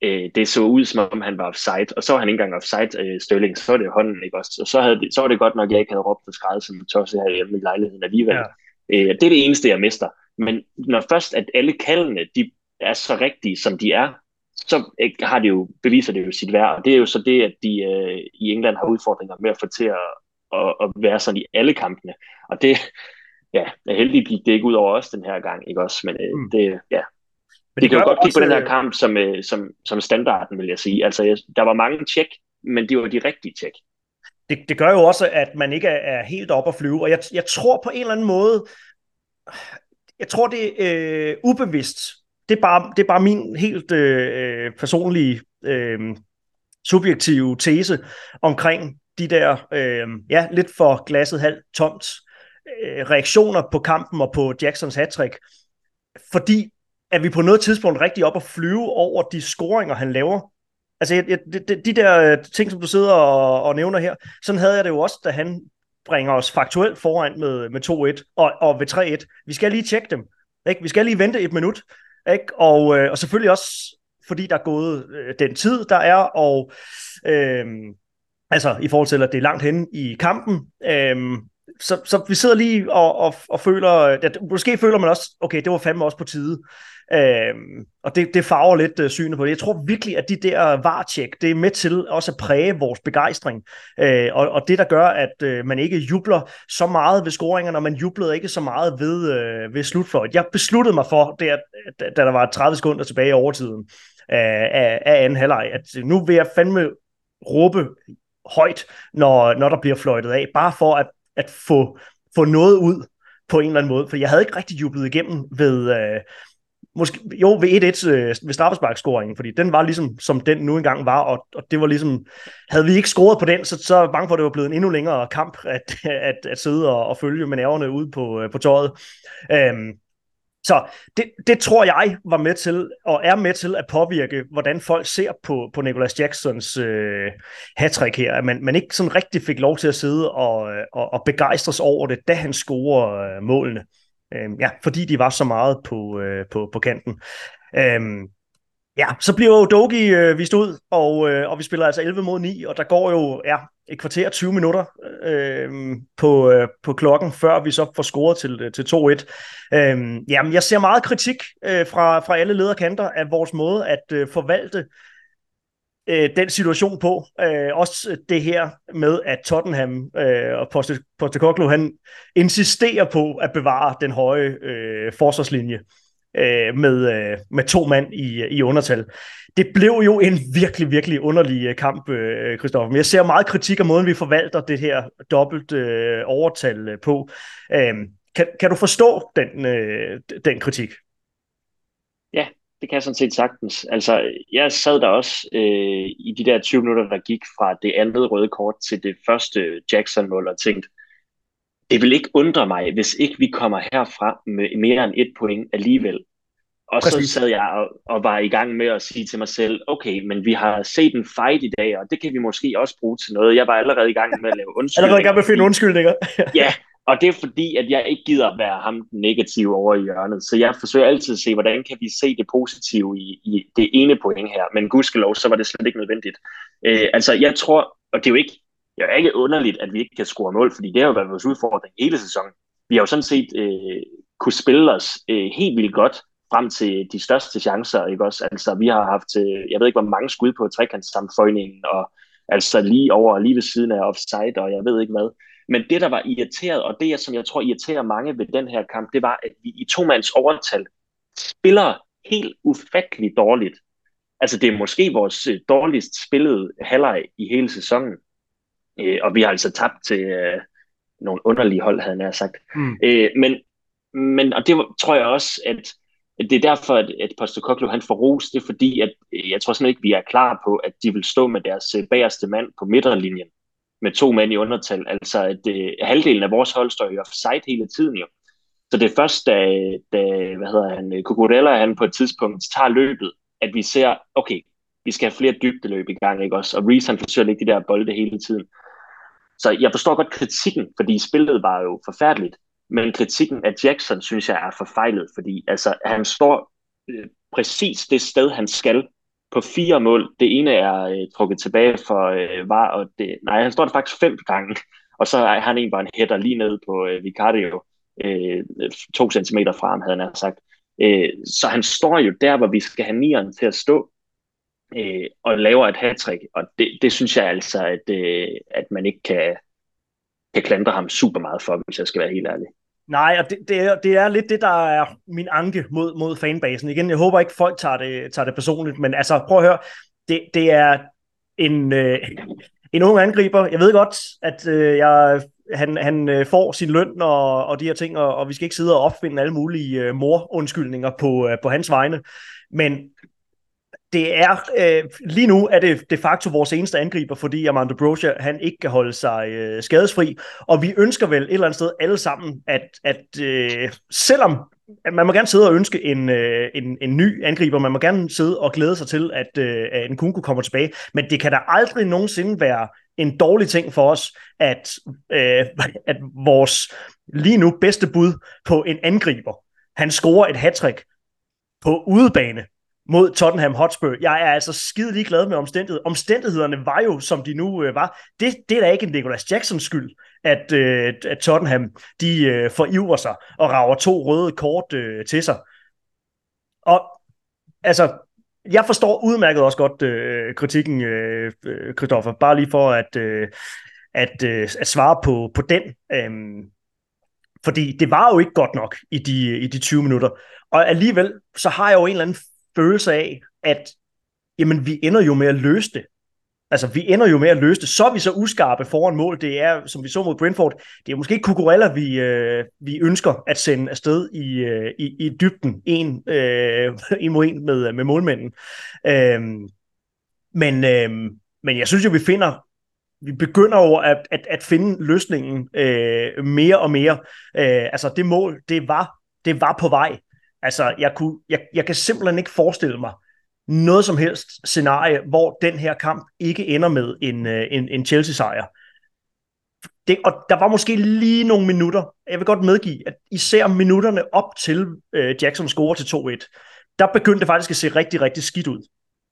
øh, det så ud, som om han var offside, og så var han ikke engang offside, øh, Sterling, så var det hånden, ikke også? Og så, havde det, så var det godt nok, at jeg ikke havde råbt og skreget som en tosse her hjemme i lejligheden alligevel. Ja. Øh, det er det eneste, jeg mister. Men når først, at alle kaldene, de er så rigtige, som de er, så øh, har det jo, beviser det jo sit værd, og det er jo så det, at de øh, i England har udfordringer med at få til at, at, at være sådan i alle kampene. Og det, ja, heldigvis gik det ikke ud over os den her gang, ikke også? Men øh, mm. det, ja. Men det kan jo godt kigge på den her kamp som, øh, som, som standarden, vil jeg sige. Altså, jeg, der var mange tjek, men det var de rigtige tjek. Det, det gør jo også, at man ikke er, er helt op at flyve, og jeg, jeg tror på en eller anden måde, jeg tror det er øh, ubevidst. Det er, bare, det er bare min helt øh, personlige, øh, subjektive tese omkring de der, øh, ja, lidt for glasset halvt tomt øh, reaktioner på kampen og på Jacksons hattrick. Fordi at vi på noget tidspunkt rigtig op at flyve over de scoringer, han laver. Altså, jeg, jeg, de, de der ting, som du sidder og, og nævner her, sådan havde jeg det jo også, da han bringer os faktuelt foran med, med to et og, og ved tre et. Vi skal lige tjekke dem. Ikke? Vi skal lige vente et minut. Ikke? Og, og selvfølgelig også, fordi der er gået øh, den tid, der er, og øh, altså i forhold til, at det er langt henne i kampen, øh, Så, så vi sidder lige og, og, og føler, at måske føler man også, okay, det var fandme også på tide. Øhm, og det, det farver lidt uh, synet på det. Jeg tror virkelig, at de der V A R-tjek, det er med til også at præge vores begejstring. Øh, og, og det, der gør, at øh, man ikke jubler så meget ved scoringerne, og man jublede ikke så meget ved, øh, ved slutfløjt. Jeg besluttede mig for, det, at, da der var tredive sekunder tilbage i overtiden øh, af, af anden halvleg, at nu vil jeg fandme råbe højt, når, når der bliver fløjtet af, bare for at at få, få noget ud på en eller anden måde, for jeg havde ikke rigtig jublet igennem ved, øh, måske, jo ved et et øh, ved straffesparkscoringen, fordi den var ligesom, som den nu engang var, og, og det var ligesom, havde vi ikke scoret på den, så, så er jeg bange for, at det var blevet en endnu længere kamp, at, at, at sidde og, og følge med nerverne ude på, på tøjet. Øhm, Så det, det tror jeg var med til, og er med til at påvirke, hvordan folk ser på, på Nicholas Jacksons øh, hattrick her. At man, man ikke sådan rigtig fik lov til at sidde og, og, og begejstres over det, da han scorer øh, målene. Øh, ja, fordi de var så meget på, øh, på, på kanten. Øh, ja, så bliver jo Dogi øh, vist ud, og, øh, og vi spiller altså elleve mod ni, og der går jo ja, et kvarter tyve minutter øh, på, øh, på klokken, før vi så får scoret til, til to et. Øh, jamen, jeg ser meget kritik øh, fra, fra alle lederkanter af vores måde at øh, forvalte øh, den situation på. Øh, også det her med, at Tottenham øh, og Postecoglou, han insisterer på at bevare den høje øh, forsvarslinje med, med to mand i, i undertal. Det blev jo en virkelig, virkelig underlig kamp, Christoffer. Men jeg ser meget kritik af måden, vi forvalter det her dobbelt øh, overtal på. Øh, kan, kan du forstå den, øh, den kritik? Ja, det kan jeg sådan set sagtens. Altså, jeg sad der også øh, i de der tyve minutter, der gik fra det andet røde kort til det første Jackson-mål og tænkte, det vil ikke undre mig, hvis ikke vi kommer herfra med mere end et point alligevel. Og Præcis. Så sad jeg og, og var i gang med at sige til mig selv, okay, men vi har set en fight i dag, og det kan vi måske også bruge til noget. Jeg var allerede i gang med at lave undskyldninger. Allerede i gang med at finde undskyldninger. Ja, og det er fordi, at jeg ikke gider at være ham negativ over i hjørnet. Så jeg forsøger altid at se, hvordan kan vi se det positive i, i det ene point her. Men gudskelov, så var det slet ikke nødvendigt. Øh, altså, jeg tror, og det er jo ikke, det er ikke underligt, at vi ikke kan score mål, fordi det har jo været vores udfordring hele sæsonen. Vi har jo sådan set øh, kunne spille os øh, helt vildt godt frem til de største chancer, ikke også? Altså, vi har haft, øh, jeg ved ikke, hvor mange skud på trekantssammenføjningen, og altså lige over, lige ved siden af offside, og jeg ved ikke hvad. Men det, der var irriteret, og det, som jeg tror irriterer mange ved den her kamp, det var, at vi i to mands overtal spiller helt ufatteligt dårligt. Altså, det er måske vores øh, dårligst spillede halvleg i hele sæsonen. Øh, og vi har altså tabt til øh, nogle underlige hold, havde jeg sagt. Mm. Øh, men, men, og det var, tror jeg også, at det er derfor, at, at Postecoglou han får ros, det er fordi, at jeg tror sådan ikke, vi er klar på, at de vil stå med deres bagerste mand på midterlinjen, med to mænd i undertal. Altså, at øh, halvdelen af vores hold står i offside hele tiden jo. Så det er først, da, da hvad hedder han, Cucurella, han på et tidspunkt tager løbet, at vi ser, okay, vi skal have flere dybdeløb i gang, ikke også? Og Reece, han forsøger at lægge de der bolde hele tiden. Så jeg forstår godt kritikken, fordi spillet var jo forfærdeligt. Men kritikken af Jackson, synes jeg, er forfejlet, fordi altså, han står øh, præcis det sted, han skal. på fire mål. Det ene er øh, trukket tilbage for øh, var, og det, nej, han står der faktisk fem gange, og så er han en bare en hætter lige ned på øh, Vicario, øh, to centimeter fra ham, havde han sagt. Øh, så han står jo der, hvor vi skal have nieren til at stå, øh, og laver et hattrick, og det, det synes jeg altså, at, øh, at man ikke kan, kan klandre ham super meget for, hvis jeg skal være helt ærlig. Nej, og det, det, er, det er lidt det, der er min anke mod, mod fanbasen. Igen, jeg håber ikke, folk tager det, tager det personligt, men altså, prøv at høre, det, det er en, øh, en ung angriber. Jeg ved godt, at øh, jeg, han, han øh, får sin løn og, og de her ting, og, og vi skal ikke sidde og opfinde alle mulige øh, morundskyldninger på, øh, på hans vegne, men det er, øh, lige nu er det de facto vores eneste angriber, fordi Armando Broja, han ikke kan holde sig øh, skadesfri, og vi ønsker vel et eller andet sted alle sammen, at, at øh, selvom at man må gerne sidde og ønske en, øh, en, en ny angriber, man må gerne sidde og glæde sig til, at, øh, at Nkunku kommer tilbage, men det kan da aldrig nogensinde være en dårlig ting for os, at, øh, at vores lige nu bedste bud på en angriber, han scorer et hattrick på udebane mod Tottenham Hotspur. Jeg er altså skide ligeglad med omstændigheder. Omstændighederne var jo, som de nu øh, var. Det, det er da ikke en Nicolas Jacksons skyld, at, øh, at Tottenham de øh, forivrer sig og rager to røde kort øh, til sig. Og altså, jeg forstår udmærket også godt øh, kritikken, øh, Christoffer, bare lige for at, øh, at, øh, at svare på, på den. Øh, fordi det var jo ikke godt nok i de, i de tyve minutter. Og alligevel, så har jeg jo en eller anden følelse af, at jamen, vi ender jo med at løse det. Altså, vi ender jo med at løse det. Så er vi så uskarpe foran mål. Det er, som vi så mod Brentford, det er måske ikke Cucurella, vi, øh, vi ønsker at sende afsted i, øh, i, i dybden. En, øh, en mod en med, med målmanden. Øh, men, øh, men jeg synes jo, vi finder vi begynder jo at, at, at finde løsningen øh, mere og mere. Øh, altså, det mål, det var, det var på vej. Altså, jeg, kunne, jeg, jeg kan simpelthen ikke forestille mig noget som helst scenarie, hvor den her kamp ikke ender med en, en, en Chelsea-sejr. Det, og der var måske lige nogle minutter, jeg vil godt medgive, at især minutterne op til øh, Jackson scorer til to et, der begyndte det faktisk at se rigtig, rigtig skidt ud.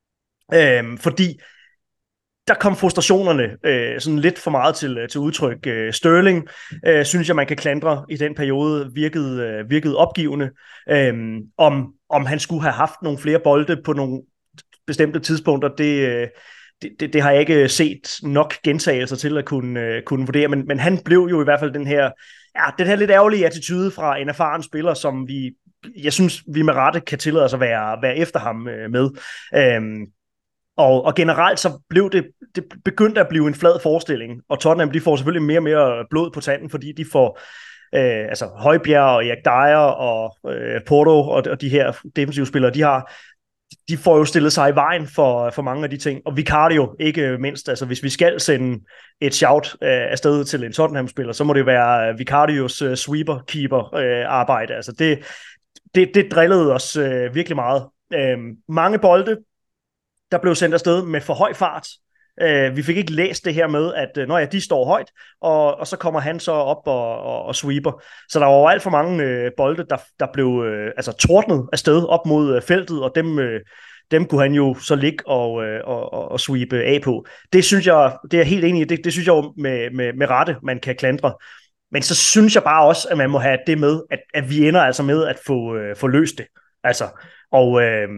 Øh, fordi der kom frustrationerne øh, sådan lidt for meget til, til udtryk. Øh, Sterling, øh, synes jeg, man kan klandre i den periode, virkede, øh, virkede opgivende. Øh, om, om han skulle have haft nogle flere bolde på nogle bestemte tidspunkter, det, øh, det, det, det har jeg ikke set nok gentagelser til at kunne, øh, kunne vurdere, men, men han blev jo i hvert fald den her, ja, den her lidt ærgerlige attitude fra en erfaren spiller, som vi, jeg synes, vi med rette kan tillade os at være, være efter ham øh, med. Øh, Og, og generelt så blev det, det begyndte at blive en flad forestilling, og Tottenham de får selvfølgelig mere og mere blod på tanden, fordi de får øh, altså Højbjerg og Erik Dyer og øh, Porto og, og de her defensive spillere, de har de får jo stillet sig i vejen for, for mange af de ting, og Vicario ikke mindst, altså hvis vi skal sende et shout øh, afsted til en Tottenham-spiller, så må det være Vicarios øh, sweeper-keeper øh, arbejde, altså det, det, det drillede os øh, virkelig meget. Øh, mange bolde, der blev sendt afsted med for høj fart. Uh, vi fik ikke læst det her med, at uh, når ja, de står højt, og, og så kommer han så op og, og, og sweeper. Så der var jo alt for mange uh, bolde, der, der blev uh, altså tordnet afsted op mod uh, feltet, og dem, uh, dem kunne han jo så ligge og, uh, og, og, og sweepe af på. Det synes jeg, det er jeg helt enig i, det, det synes jeg jo med, med, med rette, man kan klandre. Men så synes jeg bare også, at man må have det med, at, at vi ender altså med at få, uh, få løst det. Altså, og uh,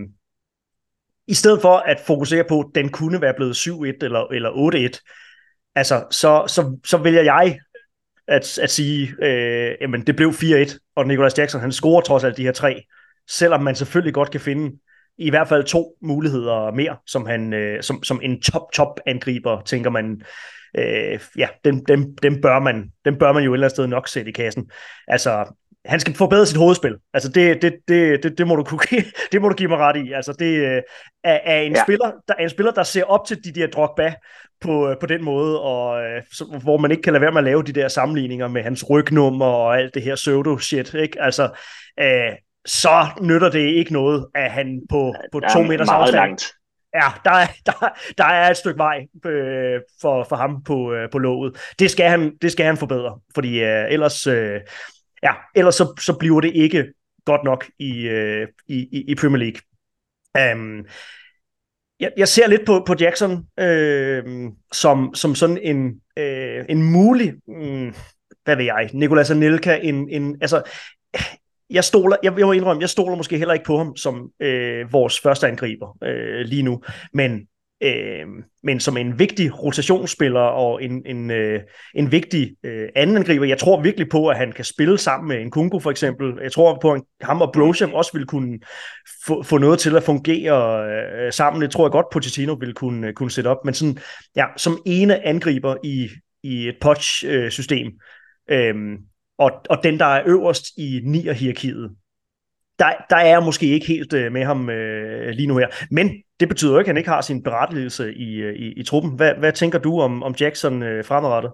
i stedet for at fokusere på, at den kunne være blevet syv et eller, eller otte et, altså, så, så, så vælger jeg at, at sige, øh, jamen, det blev fire et, og Nicolas Jackson, han scorer trods alt de her tre, selvom man selvfølgelig godt kan finde i hvert fald to muligheder mere, som, han, øh, som, som en top-top-angriber, tænker man, øh, ja, dem, dem, dem, bør man, dem bør man jo et eller andet sted nok sætte i kassen. Altså, han skal forbedre sit hovedspil. Altså det, det, det, det, det, må, du kunne, det må du give mig ret i. Altså det er, er, en, ja. spiller, der, er en spiller, der ser op til de der Drogba på, på den måde, og så, hvor man ikke kan lade være med at lave de der sammenligninger med hans rygnummer og alt det her pseudo-shit. Ikke? Altså, øh, så nytter det ikke noget, at han på, på to meters afstand... Langt. Ja, der er, der, der er et stykke vej øh, for, for ham på, øh, på låget. Det skal han, det skal han forbedre, fordi øh, ellers... Øh, Ja, ellers så, så bliver det ikke godt nok i, øh, i, i Premier League. Um, jeg, jeg ser lidt på, på Jackson øh, som, som sådan en, øh, en mulig, øh, hvad ved jeg, Nicolas Anelka, en, en, altså, jeg stoler, jeg, jeg må indrømme, jeg stoler måske heller ikke på ham som øh, vores første angriber øh, lige nu, men Øh, men som en vigtig rotationsspiller og en, en, øh, en vigtig øh, anden angriber. Jeg tror virkelig på, at han kan spille sammen med en Kunku for eksempel. Jeg tror på, at ham og Brozovic også vil kunne få, få noget til at fungere øh, sammen. Det tror jeg godt, Pochettino vil kunne, kunne sætte op. Men sådan, ja, som ene angriber i, i et Poch-system, øh, og, og den, der er øverst i nier-hierarkiet, Der, der er jeg måske ikke helt øh, med ham øh, lige nu her. Men det betyder jo ikke, at han ikke har sin berettigelse i, i, i truppen. Hvad, hvad tænker du om, om Jackson øh, fremadrettet?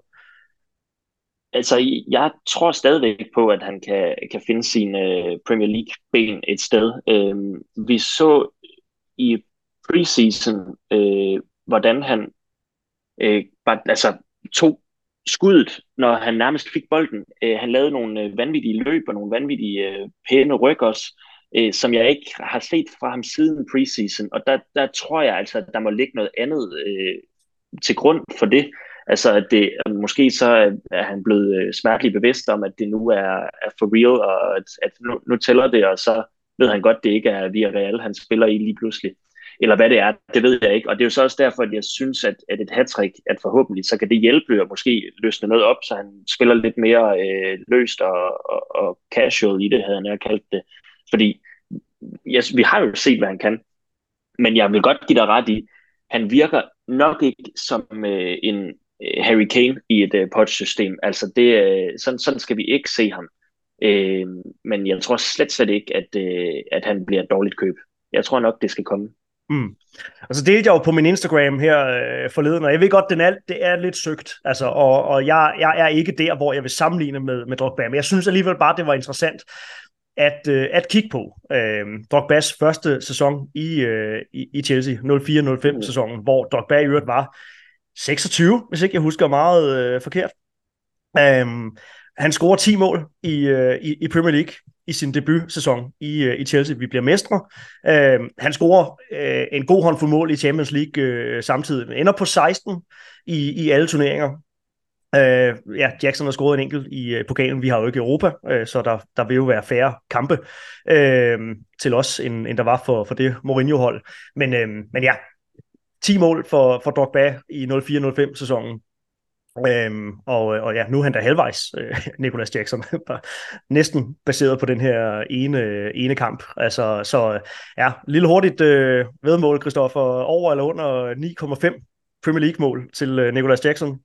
Altså, jeg tror stadigvæk på, at han kan, kan finde sine øh, Premier League-ben et sted. Øh, vi så i preseason, øh, hvordan han øh, bare, altså, tog skuddet, når han nærmest fik bolden. Øh, han lavede nogle øh, vanvittige løb og nogle vanvittige øh, pæne ryg også, øh, som jeg ikke har set fra ham siden preseason. Og der, der tror jeg altså, at der må ligge noget andet øh, til grund for det. Altså, at det, måske så er han blevet øh, smerteligt bevidst om, at det nu er, er for real, og at, at nu, nu tæller det, og så ved han godt, at det ikke er Villarreal, han spiller i lige pludselig. Eller hvad det er, det ved jeg ikke. Og det er jo så også derfor, at jeg synes, at, at et hattrick, at forhåbentlig, så kan det hjælpe og måske løsne noget op, så han spiller lidt mere øh, løst og, og, og casual i det, havde han kaldt det. Fordi yes, vi har jo set, hvad han kan. Men jeg vil godt give dig ret i, han virker nok ikke som øh, en øh, Harry Kane i et øh, Poch-system. Altså, det, øh, sådan, sådan skal vi ikke se ham. Øh, men jeg tror slet slet ikke, at, øh, at han bliver et dårligt køb. Jeg tror nok, det skal komme. Mm. Altså delte jeg jo på min Instagram her øh, forleden, og jeg ved godt, den er, det er lidt søgt, altså, og, og jeg, jeg er ikke der, hvor jeg vil sammenligne med, med Drogba, men jeg synes alligevel bare, det var interessant at, øh, at kigge på øh, Drogbas første sæson i, øh, i, i Chelsea, nul fire nul fem sæsonen, hvor Drogba i øvrigt var seksogtyve, hvis ikke jeg husker meget øh, forkert. Øh, han scorer ti mål i, øh, i, i Premier League i sin debutsæson i, øh, i Chelsea. Vi bliver mestre. Øh, han scorer øh, en god håndfuld mål i Champions League øh, samtidig. Han ender på seksten i, i alle turneringer. Øh, ja, Jackson har scoret en enkelt i øh, pokalen. Vi har jo ikke Europa, øh, så der, der vil jo være færre kampe øh, til os, end, end der var for, for det Mourinho-hold. Men, øh, men ja, ti mål for, for Drogba i nul fire nul fem sæsonen. Øhm, og, og ja, nu er han da halvvejs, øh, Nicolas Jackson, næsten baseret på den her ene, ene kamp. Altså, så ja, lille hurtigt øh, vedmål, Christoffer, over eller under ni komma fem Premier League-mål til øh, Nicolas Jackson.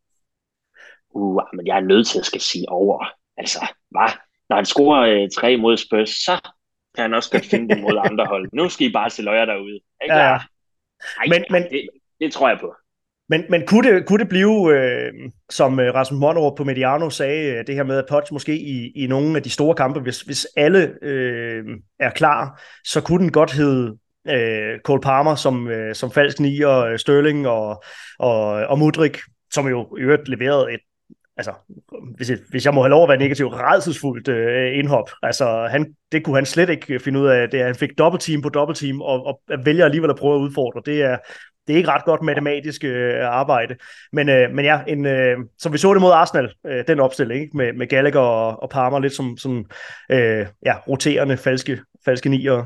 Uh, men jeg er nødt til at skal sige over. Altså, hvad? Når han scorer øh, tre mod Spurs, så kan han også godt finde det mod andre hold. Nu skal I bare se løjer derude. Ikke? Ja, ja. Ej, men, men, det, det tror jeg på. Men, men kunne, det, kunne det blive, øh, som Rasmus Monnerup på Mediano sagde, det her med, at Poch måske i, i nogle af de store kampe, hvis, hvis alle øh, er klar, så kunne den godt hedde øh, Cole Palmer som, øh, som falsk nier, Sterling og, og, og Mudryk, som jo i øvrigt leverede et, altså, hvis, jeg, hvis jeg må have lov at være negativ, rædselsfuldt øh, indhop. Altså, han, det kunne han slet ikke finde ud af. Det, han fik dobbeltteam på dobbeltteam, og, og vælger alligevel at prøve at udfordre. Det er, det er ikke ret godt matematisk øh, arbejde. Men, øh, men ja, en, øh, som vi så det mod Arsenal, øh, den opstilling, ikke? Med, med Gallagher og, og Palmer, lidt som, som øh, ja, roterende falske, falske nier.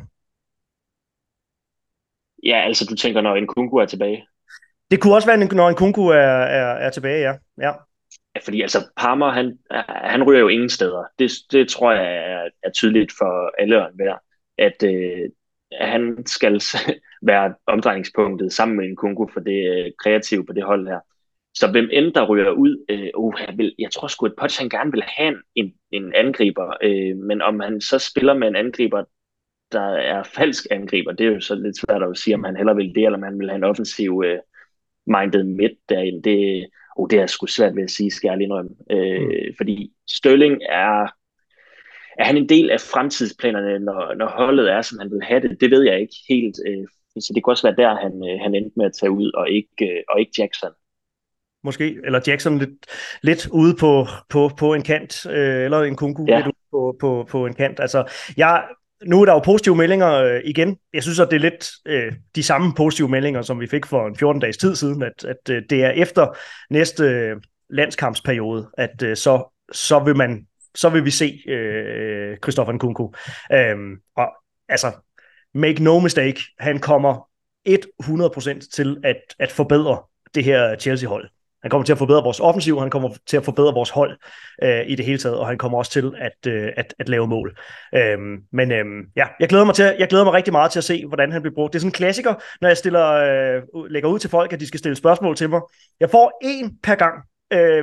Ja, altså du tænker, når Nkunku er tilbage? Det kunne også være, når Nkunku er, er, er tilbage, ja. ja. Ja, fordi altså Palmer, han, han ryger jo ingen steder. Det, det tror jeg er, er tydeligt for alle og enhver, at øh, han skal være omdrejningspunktet sammen med Nkunku for det øh, kreative på det hold her. Så hvem end der ryger ud, øh, uh, jeg, vil, jeg tror sgu, at Poch han gerne vil have en, en angriber, øh, men om han så spiller med en angriber, der er falsk angriber, det er jo så lidt svært at sige, om han hellere vil det, eller om han vil have en offensiv øh, minded midt derinde. Det, oh, det er sgu svært ved at sige, skal jeg lige indrømme. Øh, mm. Fordi Sterling er, er han en del af fremtidsplanerne, når, når holdet er, som han vil have det? Det ved jeg ikke helt. Øh, så det kan også være der, han, øh, han endte med at tage ud, og ikke, øh, og ikke Jackson. Måske, eller Jackson lidt, lidt ude på, på, på en kant, øh, eller en Nkunku ja. lidt ude på, på, på en kant. Altså, jeg, nu er der jo positive meldinger øh, igen. Jeg synes, at det er lidt øh, de samme positive meldinger, som vi fik for en fjorten dages tid siden, at, at øh, det er efter næste øh, landskampsperiode, at øh, så, så, vil man, så vil vi se øh, Christopher Nkunku. Øhm, og altså, make no mistake, han kommer hundrede procent til at, at forbedre det her Chelsea-hold. Han kommer til at forbedre vores offensiv, han kommer til at forbedre vores hold øh, i det hele taget, og han kommer også til at, øh, at, at lave mål. Øhm, men øhm, ja, jeg glæder mig til, jeg glæder mig rigtig meget til at se, hvordan han bliver brugt. Det er sådan en klassiker, når jeg stiller, øh, lægger ud til folk, at de skal stille spørgsmål til mig. Jeg får en per gang, øh,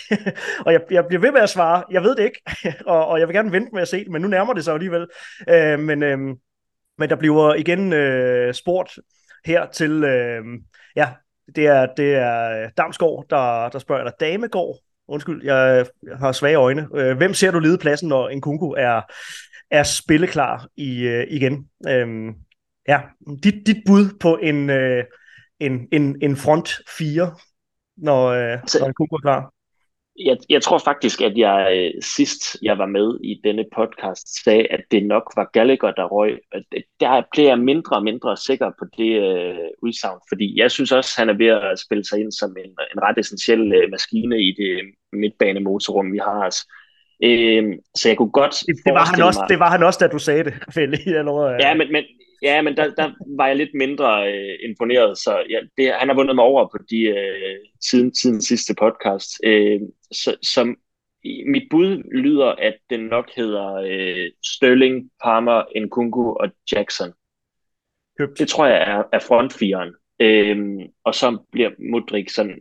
og jeg, jeg bliver ved med at svare. Jeg ved det ikke, og, og jeg vil gerne vente med at se det, men nu nærmer det sig alligevel. Øh, men, øh, men der bliver igen øh, spurgt her til, øh, ja, Det er, det er Damsgaard, der, der spørger, eller Damegård, undskyld, jeg har svage øjne. Hvem ser du lede pladsen, når Nkunku er, er spilleklar i, igen? Øhm, ja, dit, dit bud på en, en, en, en front fire, når, Så, når Nkunku er klar? Jeg, jeg tror faktisk, at jeg øh, sidst jeg var med i denne podcast sagde, at det nok var Gallagher, der røg. Der bliver jeg mindre og mindre sikker på det øh, udsagn, fordi jeg synes også, han er ved at spille sig ind som en, en ret essentiel øh, maskine i det midtbanemotorrum, vi har. Altså. Øh, så jeg kunne godt det, det var han også, mig... Det var han også, da du sagde det, Fælde. Ja, men, men, ja, men der, der var jeg lidt mindre øh, imponeret, så ja, det, han har vundet mig over på de øh, siden, siden sidste podcast. Øh, så, som mit bud lyder, at den nok hedder øh, Sterling, Palmer, Nkunku og Jackson. Købt. Det tror jeg er, er frontfiren. Øh, og så bliver Mudryk sådan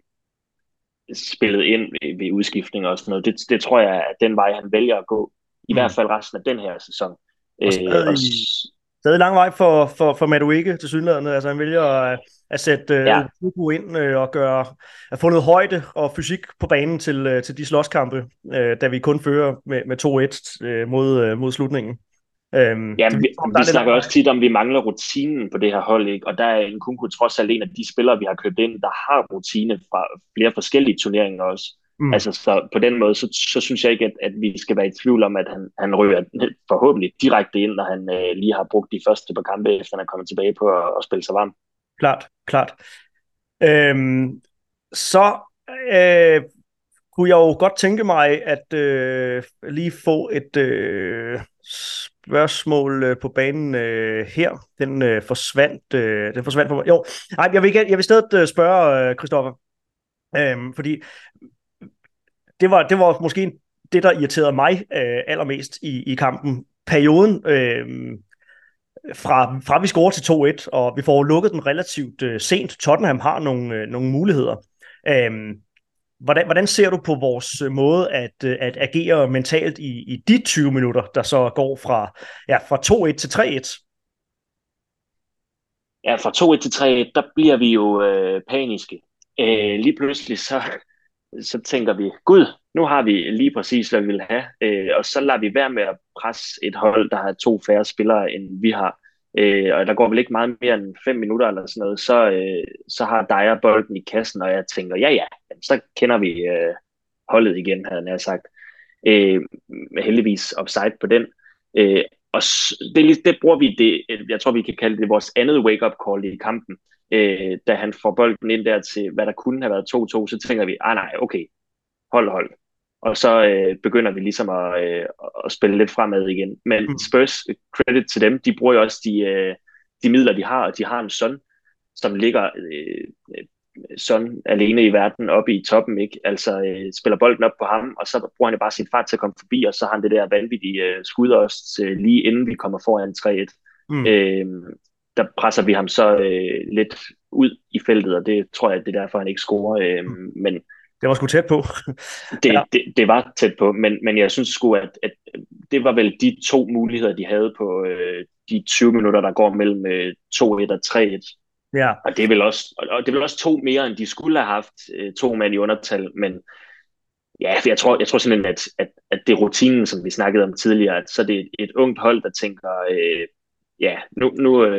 spillet ind ved, ved udskiftning og sådan noget. Det, det tror jeg er den vej, han vælger at gå. I mm. hvert fald resten af den her sæson. Og stadig, øh, og stadig lang vej for, for, for Madueke til synligheden. Altså han vælger at, at sætte ja. Nkunku ind øh, og gøre, at få noget højde og fysik på banen til, til de slåskampe, øh, da vi kun fører med, med to et øh, mod, øh, mod slutningen. Øhm, ja, det, vi, vi snakker også tit om, at vi mangler rutinen på det her hold, ikke? Og der er Nkunku trods alt en af de spillere, vi har købt ind, der har rutine fra flere forskellige turneringer også. Mm. Altså, så på den måde, så, så synes jeg ikke, at, at vi skal være i tvivl om, at han, han ryger forhåbentlig direkte ind, når han øh, lige har brugt de første par kampe, efter han er kommet tilbage på at, at spille sig varm. Klart, klart. Øhm, så øh, kunne jeg jo godt tænke mig at øh, lige få et øh, spørgsmål øh, på banen øh, her. Den øh, forsvandt. Øh, den forsvandt på mig. Jo, nej, jeg vil ikke, jeg vil stadig spørge øh, Christoffer, øhm, fordi det var, det var måske det, der irriterede mig øh, allermest i, i kampen. Perioden øh, fra, fra vi scorer til to et, og vi får lukket den relativt øh, sent. Tottenham har nogle, øh, nogle muligheder. Øh, hvordan, hvordan ser du på vores måde at, at agere mentalt i, i de tyve minutter, der så går fra, ja, fra to et til tre et? Ja, fra to et til tre et, der bliver vi jo øh, paniske. Øh, lige pludselig så... så tænker vi, gud, nu har vi lige præcis, hvad vi vil have, øh, og så lader vi være med at presse et hold, der har to færre spillere, end vi har. Øh, og der går vel ikke meget mere end fem minutter eller sådan noget, så, øh, så har Dyer bolden i kassen, og jeg tænker, ja ja, så kender vi øh, holdet igen, havde jeg sagt. Øh, heldigvis offside på den. Øh, og det, det bruger vi, det, jeg tror vi kan kalde det vores andet wake-up call i kampen. Øh, da han får bolden ind der til, hvad der kunne have været to to, så tænker vi, ah nej, okay, hold, hold. Og så øh, begynder vi ligesom at, øh, at spille lidt fremad igen. Men mm. Spurs, credit til dem, de bruger jo også de, øh, de midler, de har, og de har en Son, som ligger øh, Son alene i verden oppe i toppen, ikke? Altså øh, spiller bolden op på ham, og så bruger han jo bare sin fart til at komme forbi, og så har han det der vanvittige øh, skud også øh, lige inden vi kommer foran tre et. Mm. Øh, der presser vi ham så øh, lidt ud i feltet, og det tror jeg, det er derfor, han ikke scorer. Øh, mm. Men det var sgu tæt på. det, ja. det, det var tæt på, men, men jeg synes sgu, at, at det var vel de to muligheder, de havde på øh, de tyve minutter, der går mellem øh, to et og tre et. Ja. Og det er vel også, og det er vel også to mere, end de skulle have haft, øh, to mand i undertal, men ja, jeg tror, jeg tror simpelthen, at, at, at det er rutinen, som vi snakkede om tidligere, at så det er et, et ungt hold, der tænker, øh, ja, nu, nu, øh,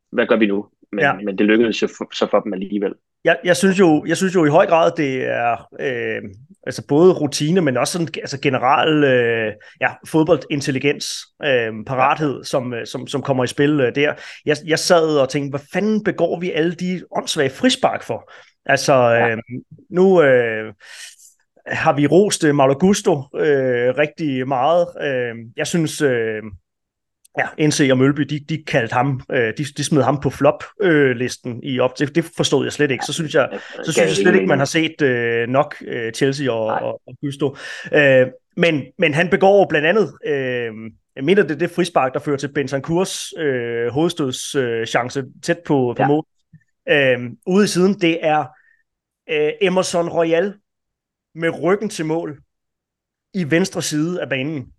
hvad gør vi nu? Men, Ja. men det lykkedes jo for, så for dem alligevel. Jeg, jeg, synes jo, jeg synes jo i høj grad, det er øh, altså både rutine, men også sådan, altså generel øh, ja, fodboldintelligens, øh, parathed, ja. som, som, som kommer i spil øh, der. Jeg, jeg sad og tænkte, hvad fanden begår vi alle de åndssvage frispark for? Altså, øh, ja. nu øh, har vi rost Malo Gusto øh, rigtig meget. Øh, jeg synes... Øh, Ja, N C og Mølby, de, de kaldte ham, øh, de, de smed ham på flop-listen øh, i op. Det, det forstod jeg slet ikke. Så synes jeg, så synes jeg slet ikke, man har set øh, nok øh, Chelsea og, og, og Gusto. Øh, men, men han begår blandt andet, øh, jeg mener det det frispark, der fører til Bentancurs øh, hovedstødschance øh, tæt på, på ja. mål. Øh, ude i siden, det er øh, Emerson Royal med ryggen til mål i venstre side af banen.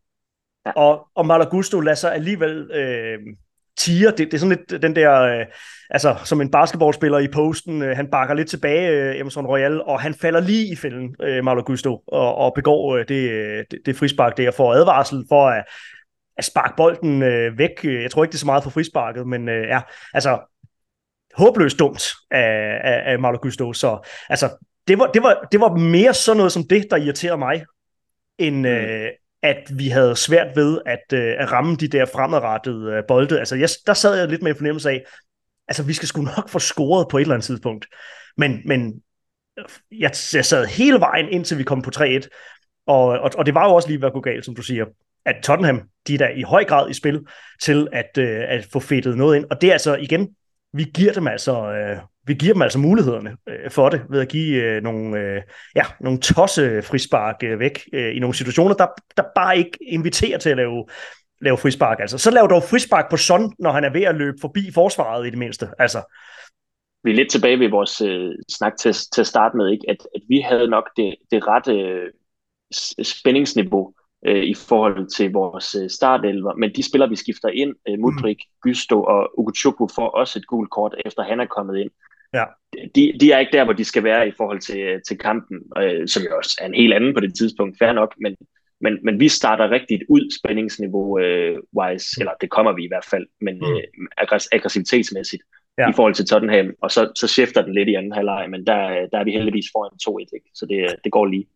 Og, og Malo Gusto lader sig alligevel øh, tiger. Det, det er sådan lidt den der, øh, altså som en basketballspiller i posten, øh, han bakker lidt tilbage, øh, Emerson Royal, og han falder lige i fælden, øh, Malo Gusto, og, og begår øh, det, det, det frispark der, for advarsel for at, at sparke bolden øh, væk. Jeg tror ikke, det er så meget for frisparket, men øh, ja, altså håbløst dumt af, af, af Malo Gusto. Så altså, det var, det, var, det var mere sådan noget som det, der irriterer mig, end... Mm. Øh, at vi havde svært ved at, øh, at ramme de der fremadrettede øh, bolde. Altså, jeg, der sad jeg lidt med en fornemmelse af, altså, vi skal sgu nok få scoret på et eller andet tidspunkt. Men, men jeg, jeg sad hele vejen, indtil vi kom på tre et. Og, og, og det var jo også lige, hvad kunne galt, som du siger, at Tottenham, de er der i høj grad i spil til at, øh, at få fedtet noget ind. Og det er altså, igen, vi giver dem altså... Øh, Vi giver dem altså mulighederne øh, for det, ved at give øh, nogle, øh, ja, nogle tosse frispark øh, væk øh, i nogle situationer, der, der bare ikke inviterer til at lave, lave frispark. Altså. Så lav dog frispark på Son, når han er ved at løbe forbi forsvaret i det mindste. Altså. Vi er lidt tilbage ved vores øh, snak til, til at starte med, ikke? At, at vi havde nok det, det rette øh, spændingsniveau øh, i forhold til vores øh, startelver, men de spillere, vi skifter ind, øh, Mudryk, mm. Gusto og Ugochukwu, får også et gult kort, efter han er kommet ind. Ja. De, de er ikke der, hvor de skal være i forhold til, til kampen, øh, som jo også er en helt anden på det tidspunkt, fair nok, men, men, men vi starter rigtigt ud spændingsniveau øh, wise, eller det kommer vi i hvert fald, men mm. øh, aggress- aggressivitetsmæssigt ja. i forhold til Tottenham, og så, så skifter den lidt i anden halvleg, men der, der er vi heldigvis foran to et, ikke? Så det, det går lige.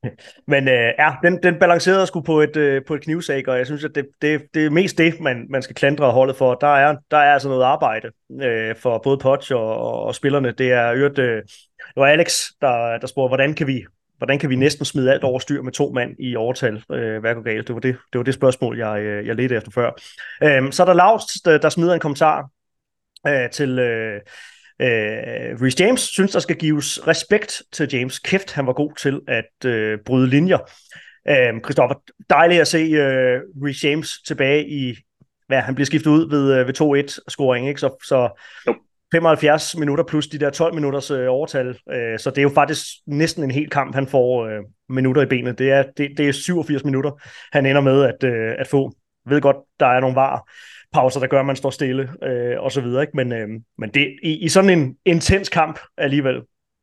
Men øh, ja, den, den balancerede sgu på et, øh, på et knivsæk, og jeg synes, at det, det, det er mest det, man, man skal klandre holdet for. Der er, der er altså noget arbejde øh, for både Poch og, og, og spillerne. Det er øvrigt, øh, det var Alex, der, der spurgte, hvordan kan vi hvordan kan vi næsten smide alt over styr med to mand i overtal? Øh, hvad går galt? Det var det, det var det spørgsmål, jeg, jeg ledte efter før. Øh, så er der Lars, der, der smider en kommentar øh, til... Øh, Uh, Reece James synes, der skal gives respekt til James. Kæft, han var god til at uh, bryde linjer. Uh, Christoffer, dejligt at se uh, Reece James tilbage i, hvad, han bliver skiftet ud ved, uh, ved to et-scoring, ikke? Så, så femoghalvfjerds minutter plus de der tolv minutters uh, overtal. Uh, så det er jo faktisk næsten en hel kamp, han får uh, minutter i benet. Det er, det, det er syvogfirs minutter, han ender med at, uh, at få. Jeg ved godt, der er nogle var pauser, der gør, at man står stille, øh, og så videre, ikke? Men, øh, men det, i, i sådan en intens kamp alligevel,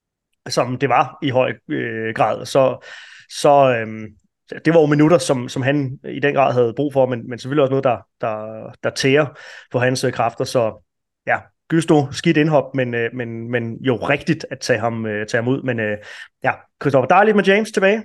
som det var i høj øh, grad, så, så øh, det var jo minutter, som, som han i den grad havde brug for, men, men selvfølgelig også noget, der, der, der tærer på hans øh, kræfter, så ja, Gusto, skidt indhop, men, øh, men, men jo rigtigt at tage ham, øh, tage ham ud, men øh, ja, Christoffer, dejligt med James tilbage.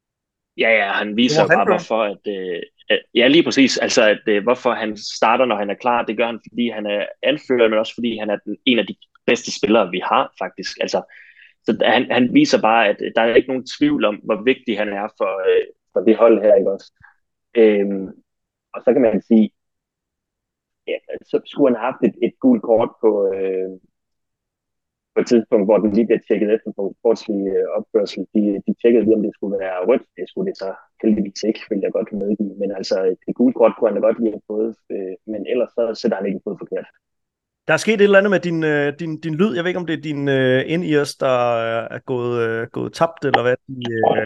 Ja, ja, han viser bare, hvorfor at, øh, at, ja, lige præcis, altså at, øh, hvorfor han starter, når han er klar. Det gør han, fordi han er anfører, men også fordi han er den, en af de bedste spillere, vi har faktisk. Altså, så han, han viser bare, at der er ikke nogen tvivl om, hvor vigtig han er for, øh, for det hold her, ikke også? Øhm, og så kan man sige, ja, så skulle han have haft et, et gult kort på... Øh, på et tidspunkt, hvor den lige bliver tjekket efter på sportslig øh, opførsel. De, de tjekkede lige, om det skulle være rødt. Det skulle det så heldigvis ikke, vil jeg godt medgive. Men altså, det gule kort kunne han da godt lige have fået. Øh, men ellers så sætter han ikke fået forkert. Der er sket et eller andet med din, øh, din, din lyd. Jeg ved ikke, om det er din øh, in-ears, der er gået, øh, gået tabt, eller hvad. Øh,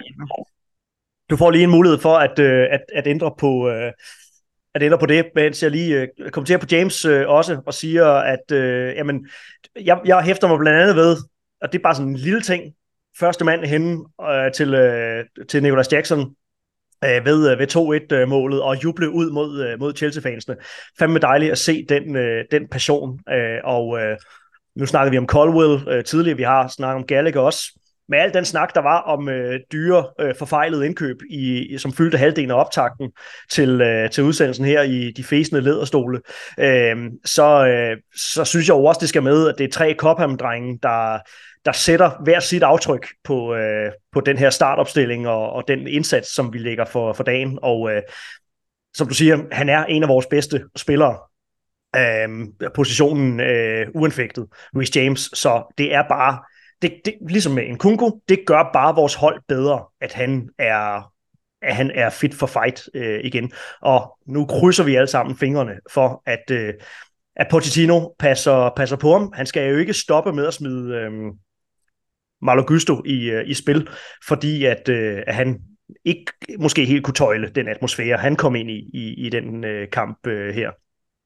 du får lige en mulighed for at, øh, at, at ændre på... Øh, at ændre på det, mens jeg lige øh, kommenterer på James øh, også, og siger, at øh, jamen, jeg, jeg hæfter mig blandt andet ved, og det er bare sådan en lille ting, første mand henne øh, til, øh, til Nicholas Jackson, øh, ved, øh, ved to et-målet og juble ud mod, øh, mod Chelsea-fansene. Fandme dejligt at se den, øh, den passion. Øh, og øh, nu snakker vi om Colwill øh, tidligere, vi har snakket om Gallagher også. Med al den snak, der var om øh, dyre, øh, forfejlede indkøb, i, som fyldte halvdelen af optakten til, øh, til udsendelsen her i de fæsende læderstole, øh, så, øh, så synes jeg jo også, det skal med, at det er tre Cobham-drenge, der, der sætter hver sit aftryk på, øh, på den her startopstilling og, og den indsats, som vi lægger for, for dagen. Og øh, som du siger, han er en af vores bedste spillere. Øh, positionen øh, uanfægtet, Reece James, så det er bare Det, det, ligesom med en Nkunku, det gør bare vores hold bedre, at han er, at han er fit for fight øh, igen. Og nu krydser vi alle sammen fingrene for, at, øh, at Pochettino passer, passer på ham. Han skal jo ikke stoppe med at smide øh, Malo Gusto i, øh, i spil, fordi at, øh, at han ikke måske helt kunne tøjle den atmosfære, han kom ind i, i, i den øh, kamp øh, her.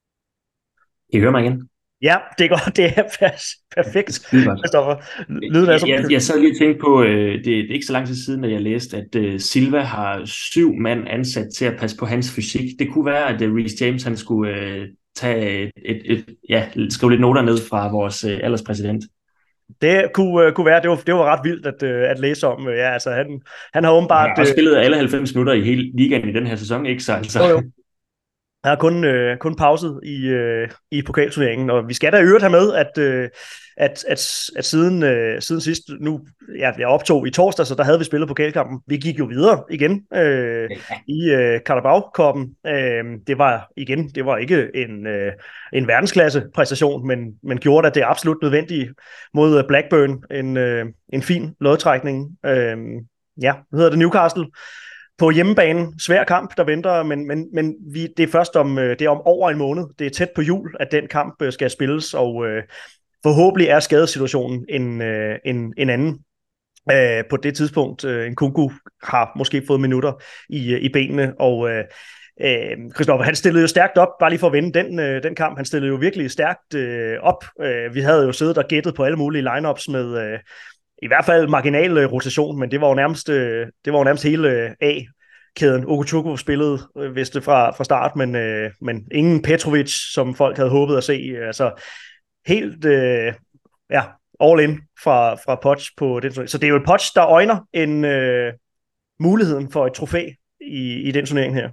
I hører mig igen? Ja, det er godt. Det er perfekt, Christoffer. Lyden er som... Jeg, jeg så lige tænkt på, øh, det, det er ikke så lang tid siden, at jeg læste, at øh, Silva har syv mand ansat til at passe på hans fysik. Det kunne være, at øh, Reece James han skulle øh, tage et, et, et, ja, skrive lidt noter ned fra vores øh, alderspræsident. Det kunne, uh, kunne være, det var, det var ret vildt at, uh, at læse om. Ja, altså, han, han har åbenbart... Han har også spillet alle halvfems minutter i hele ligaen i den her sæson, ikke så? Altså. Jo, jo. Han har kun, øh, kun pauset i, øh, i pokalturneringen, og vi skal da i øvrigt have med, at, øh, at, at, at siden, øh, siden sidst, nu ja, jeg optog i torsdag, så der havde vi spillet pokalkampen. Vi gik jo videre igen øh, i øh, Carabao-koppen. Øh, det var igen, det var ikke en, øh, en verdensklasse præstation, men, men gjorde, at det er absolut nødvendigt mod Blackburn. En, øh, en fin lodtrækning. Øh, ja, hvad hedder det? Newcastle. På hjemmebane, svær kamp, der venter, men, men, men vi, det er først om, det er om over en måned. Det er tæt på jul, at den kamp skal spilles, og øh, forhåbentlig er skadesituationen en, øh, en, en anden. Øh, på det tidspunkt, øh, Nkunku har måske fået minutter i, i benene, og øh, Christoffer, han stillede jo stærkt op, bare lige for at vinde den, øh, den kamp. Han stillede jo virkelig stærkt øh, op. Øh, vi havde jo siddet og gættet på alle mulige lineups med... Øh, i hvert fald marginal rotation, men det var jo nærmest, det var jo nærmest hele A-kæden. Ogochukwu spillede vist det fra, fra start, men, men ingen Petrovic, som folk havde håbet at se. Altså helt ja, all in fra, fra Poch på den. Så det er jo Poch, der øjner en uh, muligheden for et trofæ i, i den turnering her.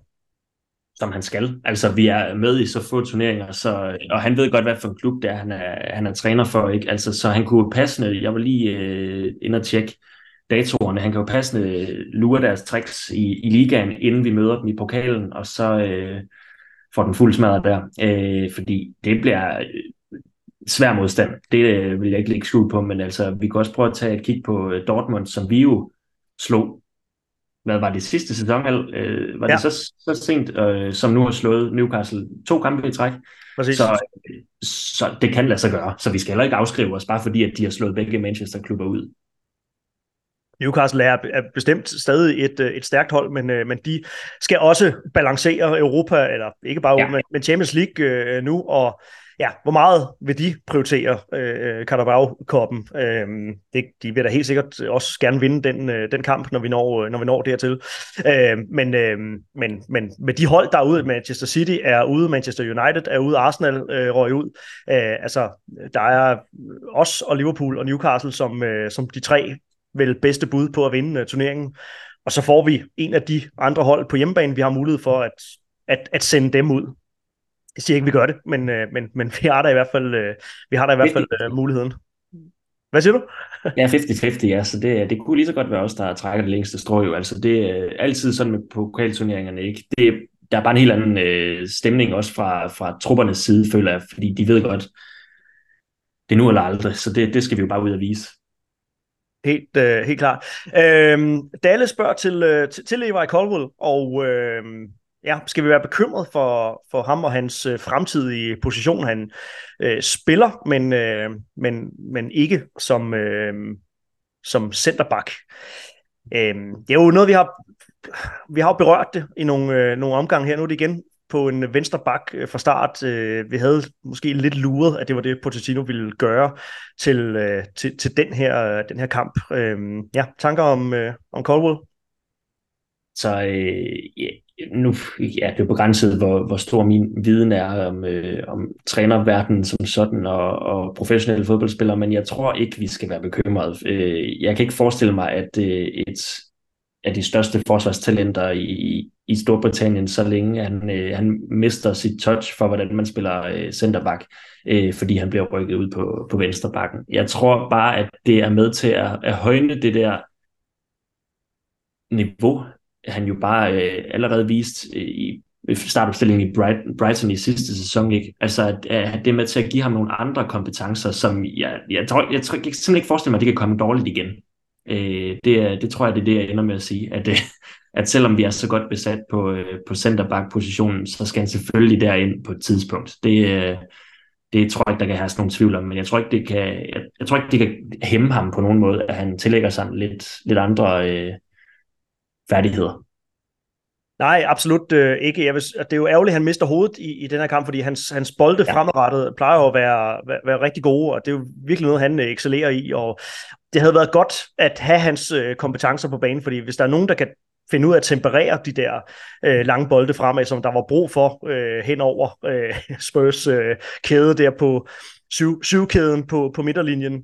Som han skal. Altså, vi er med i så få turneringer, så, og han ved godt, hvad for en klub det er, han er, han er træner for, ikke? Altså, så han kunne passende, jeg var lige øh, inde og tjekke datorerne, han kan jo passende lure deres tricks i, i ligaen, inden vi møder dem i pokalen, og så øh, får den fuld smadret der, øh, fordi det bliver øh, svær modstand. Det øh, vil jeg ikke lægge skjul på, men altså, vi kan også prøve at tage et kig på øh, Dortmund, som vi jo slog. Hvad var det sidste sæson? Øh, var ja. det så, så sent, øh, som nu har slået Newcastle to kampe i træk? Så, så det kan lade sig gøre. Så vi skal heller ikke afskrive os, bare fordi at de har slået begge Manchester-klubber ud. Newcastle er, er bestemt stadig et, et stærkt hold, men, men de skal også balancere Europa, eller ikke bare ja. men, men Champions League øh, nu, og ja, hvor meget vil de prioritere øh, Carabao-koppen? Øh, det, de vil da helt sikkert også gerne vinde den, øh, den kamp, når vi når, når vi når dertil. Øh, men, øh, men, men med de hold, der er ude, Manchester City er ude, Manchester United er ude, Arsenal øh, røg ud. Øh, altså, der er os og Liverpool og Newcastle som, øh, som de tre vel bedste bud på at vinde uh, turneringen. Og så får vi en af de andre hold på hjemmebane, vi har mulighed for at, at, at sende dem ud. Jeg siger ikke, vi gør det, men, uh, men, men vi har der i hvert fald, uh, vi har der i hvert fald uh, muligheden. Hvad siger du? Ja, halvtreds halvtreds, ja. Så det, det kunne lige så godt være os, der trækker det længste strå jo. Altså, det er altid sådan med pokalturneringerne, ikke? Det, der er bare en helt anden øh, stemning også fra, fra truppernes side, føler jeg, fordi de ved godt, det er nu eller aldrig, så det, det skal vi jo bare ud og vise. Helt, øh, helt klart. Øhm, Dalle spørger til, øh, til, til Levi Colwill, og øh, ja, skal vi være bekymret for, for ham og hans øh, fremtidige position? Han øh, spiller, men, øh, men, men ikke som, øh, som centerback. Øh, det er jo noget, vi har, vi har berørt det i nogle, øh, nogle omgange her. Nu er det igen på en venstre bak fra start. Vi havde måske lidt luret, at det var det, Pochettino ville gøre til, til, til den, her, den her kamp. Ja, tanker om, om Colwill? så øh, ja, nu ja, det er begrænset, hvor, hvor stor min viden er om, øh, om trænerverdenen som sådan og, og professionelle fodboldspillere, men jeg tror ikke, vi skal være bekymrede. Øh, jeg kan ikke forestille mig, at øh, et af de største forsvarstalenter i, i Storbritannien, så længe han, øh, han mister sit touch for, hvordan man spiller øh, centerback, øh, fordi han bliver rykket ud på, på venstrebacken. Jeg tror bare, at det er med til at, at højne det der niveau, han jo bare øh, allerede vist øh, i startopstillingen i Brighton, Brighton i sidste sæson, ikke? Altså, at, at det er med til at give ham nogle andre kompetencer, som jeg, jeg, tror, jeg, tror, jeg kan simpelthen ikke forestille mig, at det kan komme dårligt igen. Øh, det, det tror jeg, det er det, jeg ender med at sige, at, øh, at selvom vi er så godt besat på, øh, på centerback-positionen, så skal han selvfølgelig derind på et tidspunkt. Det, øh, det tror jeg ikke, der kan have sådan nogle tvivl om, men jeg tror ikke, det kan, jeg, jeg tror ikke, det kan hæmme ham på nogen måde, at han tillægger sig lidt, lidt andre øh, færdigheder. Nej, absolut øh, ikke. Jeg vil, det er jo ærgerligt, at han mister hovedet i, i den her kamp, fordi hans, hans bolde ja. fremadrettet plejer jo at være, være, være rigtig gode, og det er jo virkelig noget, han excellerer i, og det havde været godt at have hans øh, kompetencer på banen, fordi hvis der er nogen, der kan finde ud af at temperere de der øh, lange bolde fremad, som der var brug for øh, hen over øh, Spurs øh, kæde der på syv, syvkæden på, på midterlinjen,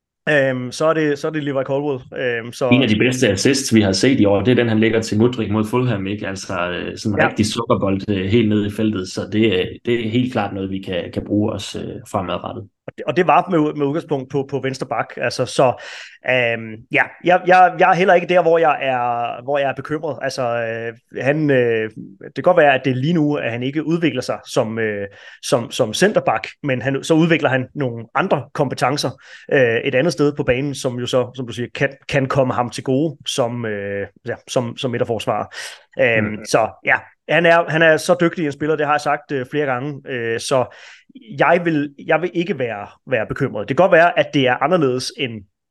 Um, så er det så er det Levi Colwill. Um, så en af de bedste assists vi har set i år, det er den han lægger til Mudryk mod Fulham, ikke? Altså sådan en ja. rigtig sukkerbold helt ned i feltet, så det, det er helt klart noget vi kan, kan bruge os uh, fremadrettet. Og det, og det var med, med udgangspunkt på på venstre bak, altså så um, ja, jeg, jeg jeg er heller ikke der hvor jeg er hvor jeg er bekymret. Altså uh, han uh, det kan godt være at det er lige nu at han ikke udvikler sig som uh, som som centerback, men han så udvikler han nogle andre kompetencer uh, et andet sted på banen, som jo så som du siger kan kan komme ham til gode som uh, ja, som som midterforsvarer. Um, mm. Så ja, han er han er så dygtig en spiller, det har jeg sagt uh, flere gange, uh, så jeg vil jeg vil ikke være være bekymret. Det kan godt være at det er anderledes end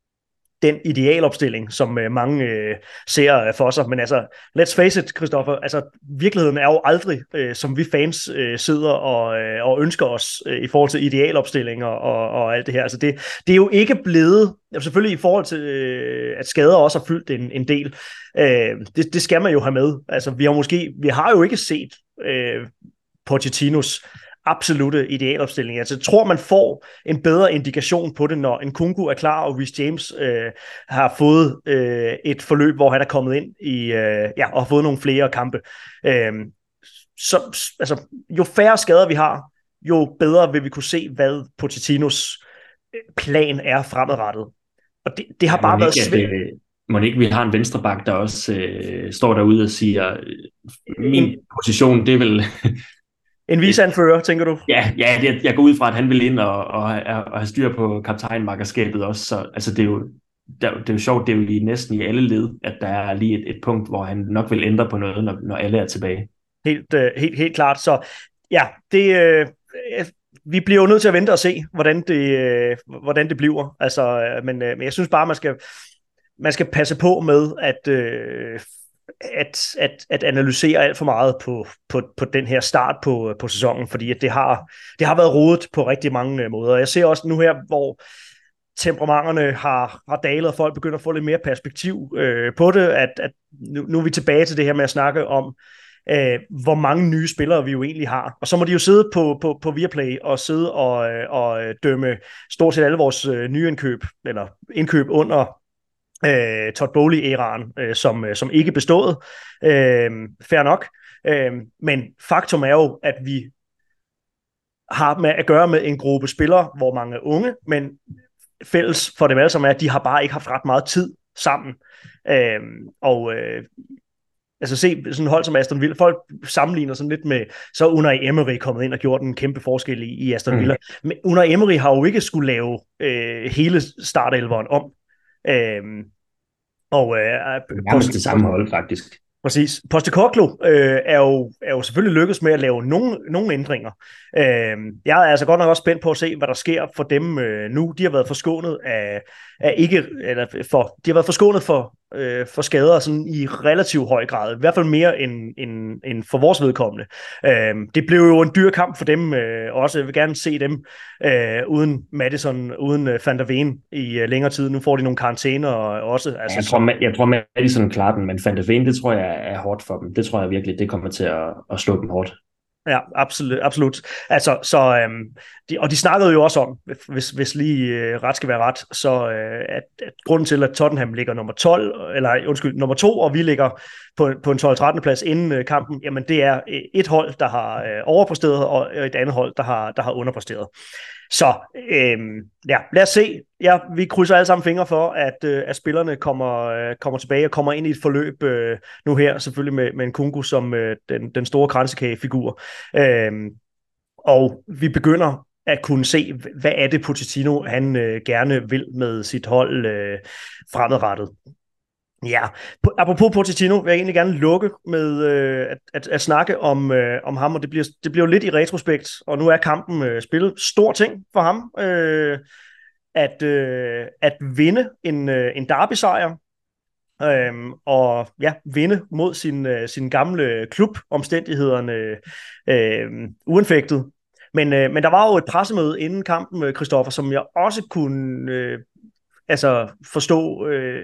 den idealopstilling, som øh, mange øh, ser øh, for sig. Men altså, let's face it, Christoffer, altså virkeligheden er jo aldrig, øh, som vi fans øh, sidder og, øh, og ønsker os øh, i forhold til idealopstillinger og, og alt det her. Altså det, det er jo ikke blevet, selvfølgelig i forhold til, øh, at skader også har fyldt en, en del. Øh, det, det skal man jo have med. Altså vi har måske, vi har jo ikke set øh, Pochettinos absolutte idealopstilling. Altså, jeg tror, man får en bedre indikation på det, når Nkunku er klar, og Reece James øh, har fået øh, et forløb, hvor han er kommet ind i, øh, ja, og har fået nogle flere kampe. Øh, så, altså, jo færre skader vi har, jo bedre vil vi kunne se, hvad Pochettinos plan er fremadrettet. Og det, det har ja, bare været svært. Må ikke vi har en venstreback, der også øh, står derude og siger, min position, det er vel... En viceanfører, tænker du? Ja, ja det, jeg går ud fra, at han vil ind og, og, og have styr på kaptajnmakkerskabet også. Så altså, det, er jo, det er jo sjovt, det er jo i næsten i alle led, at der er lige et, et punkt, hvor han nok vil ændre på noget, når, når alle er tilbage. Helt, øh, helt, helt klart. Så ja, det, øh, vi bliver jo nødt til at vente og se, hvordan det, øh, hvordan det bliver. Altså, øh, men, øh, men jeg synes bare, man skal, man skal passe på med, at... Øh, At, at, at analysere alt for meget på, på, på den her start på, på sæsonen, fordi at det, har, det har været rodet på rigtig mange måder. Jeg ser også nu her, hvor temperamenterne har, har dalet, og folk begynder at få lidt mere perspektiv øh, på det, at, at nu, nu er vi tilbage til det her med at snakke om, øh, hvor mange nye spillere vi jo egentlig har. Og så må de jo sidde på, på, på Viaplay og sidde og, og dømme stort set alle vores øh, nye indkøb, eller indkøb under Øh, Todd Bowley-æraen, øh, som, øh, som ikke bestået. Øh, fair nok. Øh, men faktum er jo, at vi har med at gøre med en gruppe spillere, hvor mange er unge, men fælles for dem alle sammen er, at de har bare ikke haft ret meget tid sammen. Øh, og øh, altså se sådan en hold som Aston Villa, folk sammenligner sådan lidt med, så Unai Emery kommet ind og gjort en kæmpe forskel i, i Aston Villa. Mm. Men Unai Emery har jo ikke skulle lave øh, hele startelveren om. Øhm, og øh, Post- det samme hold faktisk. Præcis. Postecoglou øh, er, jo, er jo selvfølgelig lykkedes med at lave nogle, nogle ændringer. Øh, jeg er altså godt nok også spændt på at se, hvad der sker for dem øh, nu. De har været forskånet af, af ikke, eller for, de har været forskånet for øh, for skader sådan i relativt høj grad, i hvert fald mere end, end, end for vores vedkommende. Øh, det blev jo en dyr kamp for dem øh, også. Jeg vil gerne se dem øh, uden Maddison, uden øh, Van der Ven i øh, længere tid. Nu får de nogle karantæner også. Altså, jeg, tror, jeg tror, Maddison klarer den, men Van der Ven, det tror jeg er hårdt for dem. Det tror jeg virkelig, det kommer til at, at slå dem hårdt. Ja, absolut. absolut. Altså, så, øhm, de, og de snakkede jo også om, hvis, hvis lige øh, ret skal være ret, så øh, at, at grunden til, at Tottenham ligger nummer tolv, eller undskyld, nummer to, og vi ligger på, på en tolv trettende plads inden øh, kampen, jamen det er et hold, der har øh, overpræsteret, og et andet hold, der har, der har underpræsteret. Så øh, ja, lad os se. Ja, vi krydser alle sammen fingre for, at, øh, at spillerne kommer, øh, kommer tilbage og kommer ind i et forløb øh, nu her, selvfølgelig med, med en Nkunku som øh, den, den store kransekagefigur. Øh, og vi begynder at kunne se, hvad er det Pochettino, han øh, gerne vil med sit hold øh, fremadrettet. Ja, apropos Pochettino, vil jeg egentlig gerne lukke med øh, at, at, at snakke om, øh, om ham, og det bliver, det bliver jo lidt i retrospekt, og nu er kampen øh, spillet. Stor ting for ham, øh, at, øh, at vinde en, øh, en derby-sejr, øh, og ja, vinde mod sin, øh, sin gamle klub, omstændighederne øh, uanfægtet. Men, øh, men der var jo et pressemøde inden kampen, Christoffer, som jeg også kunne øh, altså forstå... Øh,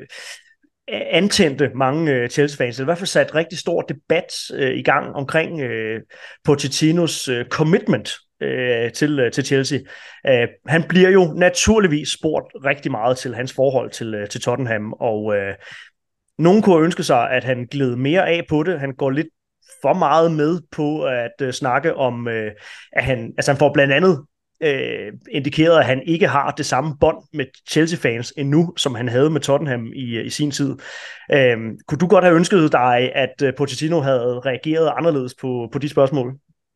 antændte mange uh, Chelsea-fans, i hvert fald sat rigtig stor debat uh, i gang omkring uh, Pochettinos uh, commitment uh, til, uh, til Chelsea. Uh, han bliver jo naturligvis spurgt rigtig meget til hans forhold til, uh, til Tottenham, og uh, nogen kunne ønske sig, at han gled mere af på det. Han går lidt for meget med på at uh, snakke om, uh, at han, altså han får blandt andet Øh, indikeret, at han ikke har det samme bånd med Chelsea-fans endnu, som han havde med Tottenham i, i sin tid. Øh, kunne du godt have ønsket dig, at Pochettino havde reageret anderledes på, på de spørgsmål?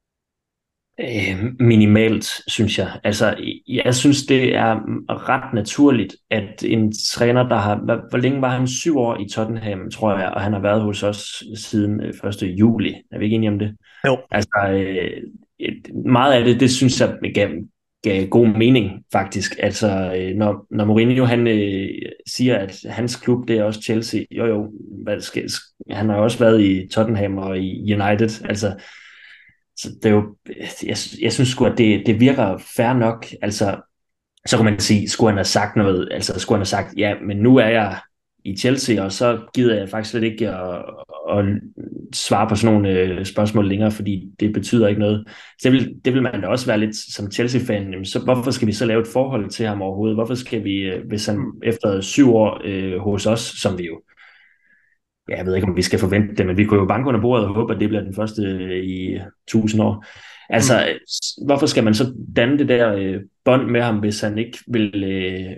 Øh, minimalt, synes jeg. Altså, jeg synes, det er ret naturligt, at en træner, der har... Hvor længe var han? Syv år i Tottenham, tror jeg, og han har været hos os siden første juli. Er vi ikke enige om det? Jo. Altså, øh, meget af det, det synes jeg gav, gav god mening, faktisk. Altså, når, når Mourinho, han øh, siger, at hans klub, det er også Chelsea. Jo, jo, hvad skal, han har også været i Tottenham og i United. Altså, så det er jo, jeg, jeg synes sgu, at det, det virker fair nok. Altså, så kan man sige, skulle han have sagt noget, altså skulle han have sagt, ja, men nu er jeg i Chelsea, og så gider jeg faktisk slet ikke at, at svare på sådan nogle øh, spørgsmål længere, fordi det betyder ikke noget. Så det vil, det vil man da også være lidt som Chelsea-fan. Jamen, så hvorfor skal vi så lave et forhold til ham overhovedet? Hvorfor skal vi, øh, hvis han efter syv år øh, hos os, som vi jo, ja, jeg ved ikke, om vi skal forvente det, men vi kunne jo banke under bordet og håbe, at det bliver den første øh, i tusind år. Altså, mm. hvorfor skal man så danne det der øh, bånd med ham, hvis han ikke vil... Øh,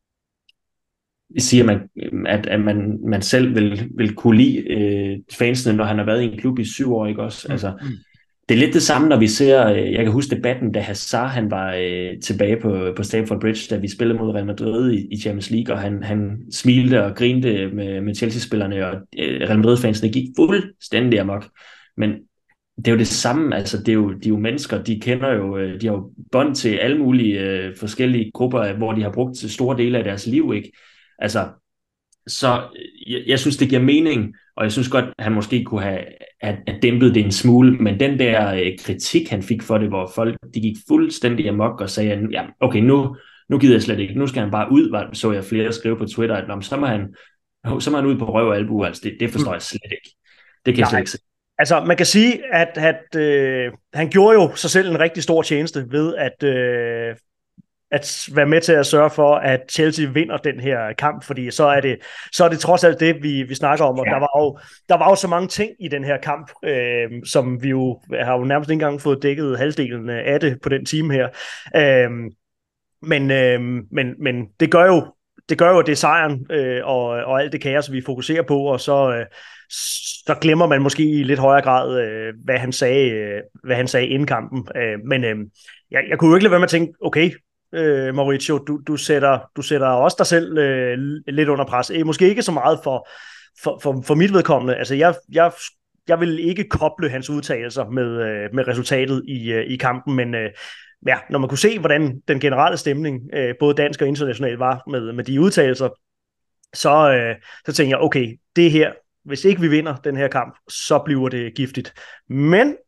siger man, at, at man, man selv vil, vil kunne lide øh, fansene, når han har været i en klub i syv år, ikke også? Altså, det er lidt det samme, når vi ser, øh, jeg kan huske debatten, da Hazard, han var øh, tilbage på, på Stamford Bridge, da vi spillede mod Real Madrid i, i Champions League, og han, han smilte og grinte med, med Chelsea-spillerne, og øh, Real Madrid-fansene gik fuldstændig amok. Men det er jo det samme, altså det er jo, de er jo mennesker, de kender jo, de har jo bånd til alle mulige øh, forskellige grupper, hvor de har brugt store dele af deres liv, ikke? Altså, så jeg, jeg synes, det giver mening, og jeg synes godt, at han måske kunne have at, at dæmpet det en smule, men den der øh, kritik, han fik for det, hvor folk, de gik fuldstændig amok og sagde, ja, okay, nu, nu gider jeg slet ikke, nu skal han bare ud, så jeg flere skrive på Twitter, at så må han, så må han ud på røv og albu, altså det, det forstår jeg slet ikke. Det kan jeg slet ikke se. Altså, man kan sige, at, at øh, han gjorde jo sig selv en rigtig stor tjeneste ved at, øh, at være med til at sørge for, at Chelsea vinder den her kamp, fordi så er det, så er det trods alt det, vi, vi snakker om, og ja. der, var jo, der var jo så mange ting i den her kamp, øh, som vi jo har jo nærmest ikke engang fået dækket halvdelen af det på den time her. Øh, men, øh, men, men det gør jo, det gør jo, at det er sejren øh, og, og alt det kaos, vi fokuserer på, og så, øh, så glemmer man måske i lidt højere grad, øh, hvad han sagde, øh, hvad han sagde inden kampen. Øh, men øh, jeg, jeg kunne jo ikke lade være med at tænke, okay, øh, Mauricio, du, du, sætter, du sætter også dig selv øh, lidt under pres. Øh, måske ikke så meget for, for, for, for mit vedkommende. Altså, jeg, jeg, jeg vil ikke koble hans udtalelser med, øh, med resultatet i, øh, i kampen, men øh, ja, når man kunne se, hvordan den generelle stemning, øh, både dansk og international, var med, med de udtalelser, så, øh, så tænkte jeg, okay, det her, hvis ikke vi vinder den her kamp, så bliver det giftigt. Men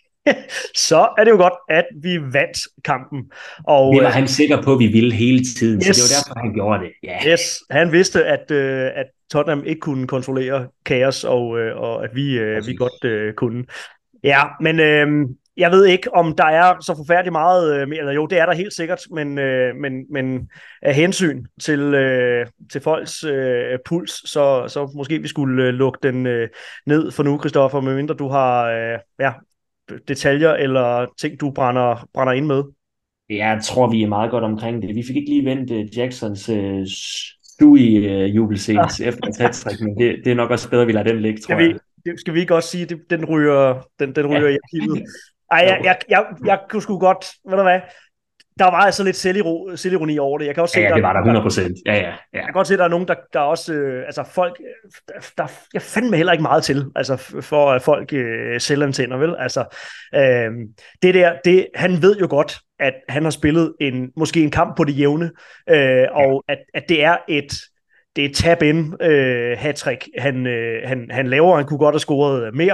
så er det jo godt, at vi vandt kampen. Og, det var han sikker på, at vi ville hele tiden, yes. Så det var derfor, han gjorde det. Yeah. Yes, han vidste, at, øh, at Tottenham ikke kunne kontrollere kaos, og, øh, og at vi, øh, vi godt øh, kunne. Ja, men øh, jeg ved ikke, om der er så forfærdeligt meget, øh, eller jo, det er der helt sikkert, men, øh, men, men af hensyn til, øh, til folks øh, puls, så, så måske vi skulle øh, lukke den øh, ned for nu, Christoffer, medmindre du har øh, ja, detaljer eller ting, du brænder, brænder ind med. Jeg tror, vi er meget godt omkring det. Vi fik ikke lige vendt Jacksons øh, stue-jubelscene ah. efter et hat-trick, men det, det er nok også bedre, at vi lader den ligge, tror skal jeg. Vi, skal vi ikke også sige, at den ryger, den, den ryger ja. i arkivet? Ej, jeg, jeg, jeg, jeg kunne sgu godt, ved du hvad, der var altså lidt selviro, selvironi over det. Jeg kan også se, ja, ja, der, det var der hundrede procent. Ja, ja, ja. Jeg kan godt se, at der er nogen, der, der også, øh, altså folk, der, der jeg fandme heller ikke meget til, altså for at folk øh, selvantænder, vel? Altså, øh, det der, det, han ved jo godt, at han har spillet en, måske en kamp på det jævne, øh, og at, at det er et, det er et tap-in øh, hat-trick, han, øh, han, han laver. Han kunne godt have scoret mere,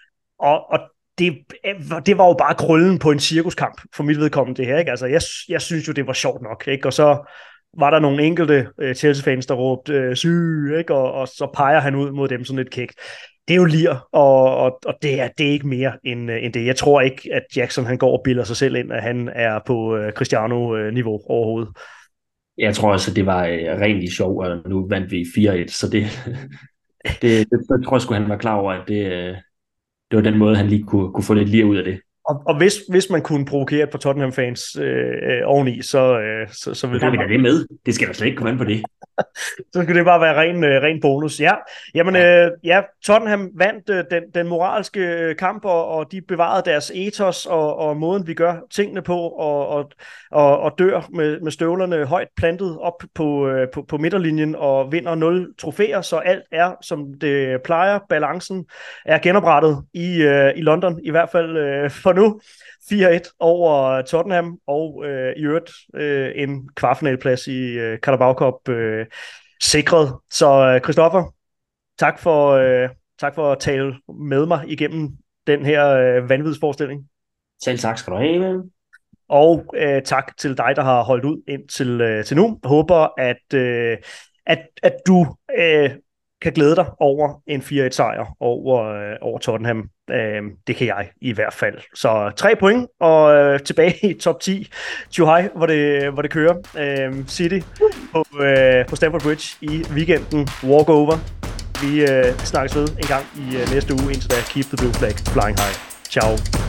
og, og Det, det var jo bare krøllen på en cirkuskamp for mit vedkommende det her, ikke? Altså, jeg, jeg synes jo, det var sjovt nok, ikke? Og så var der nogle enkelte uh, Chelsea-fans, der råbte uh, syg, ikke? Og, og så peger han ud mod dem sådan lidt kægt. Det er jo lir, og, og, og det, er, det er ikke mere end, uh, end det. Jeg tror ikke, at Jackson han går og bilder sig selv ind, at han er på uh, Cristiano-niveau overhovedet. Jeg tror også, at det var uh, rent sjov, og nu vandt vi fire et, så det, det, det jeg tror jeg sgu, han var klar over, at det... Uh... Det var den måde, han lige kunne, kunne få lidt lige ud af det. Og, og hvis, hvis man kunne provokere et par Tottenham-fans øh, oveni, så, øh, så, så ville det... Der er vi da det med. Det skal der slet ikke komme an på det. Så skulle det bare være ren, øh, ren bonus. Ja, jamen, øh, ja Tottenham vandt øh, den, den moralske kamp, og, og de bevarede deres ethos og, og måden, vi gør tingene på, og, og, og, og dør med, med støvlerne højt plantet op på, øh, på, på midterlinjen, og vinder nul trofæer, så alt er, som det plejer. Balancen er genoprettet i, øh, i London, i hvert fald øh, for nu. fire et over Tottenham, og øh, i øvrigt øh, en kvartfinalplads i øh, Carabao Cup øh, sikret. Så Christoffer, tak for, øh, tak for at tale med mig igennem den her øh, vanvidsforestilling. Selv tak skal du have. Og øh, tak til dig, der har holdt ud indtil øh, til nu. Jeg håber, at, øh, at, at du øh, kan glæde dig over en fire et sejr over, øh, over Tottenham. Øh, det kan jeg i hvert fald. Så tre point, og øh, tilbage i top ti. Chuhai, hvor det, hvor det kører. Øh, City på, øh, på Stamford Bridge i weekenden. Walkover. Vi øh, snakkes ved en gang i øh, næste uge. Indtil da, keep the blue flag flying high. Ciao.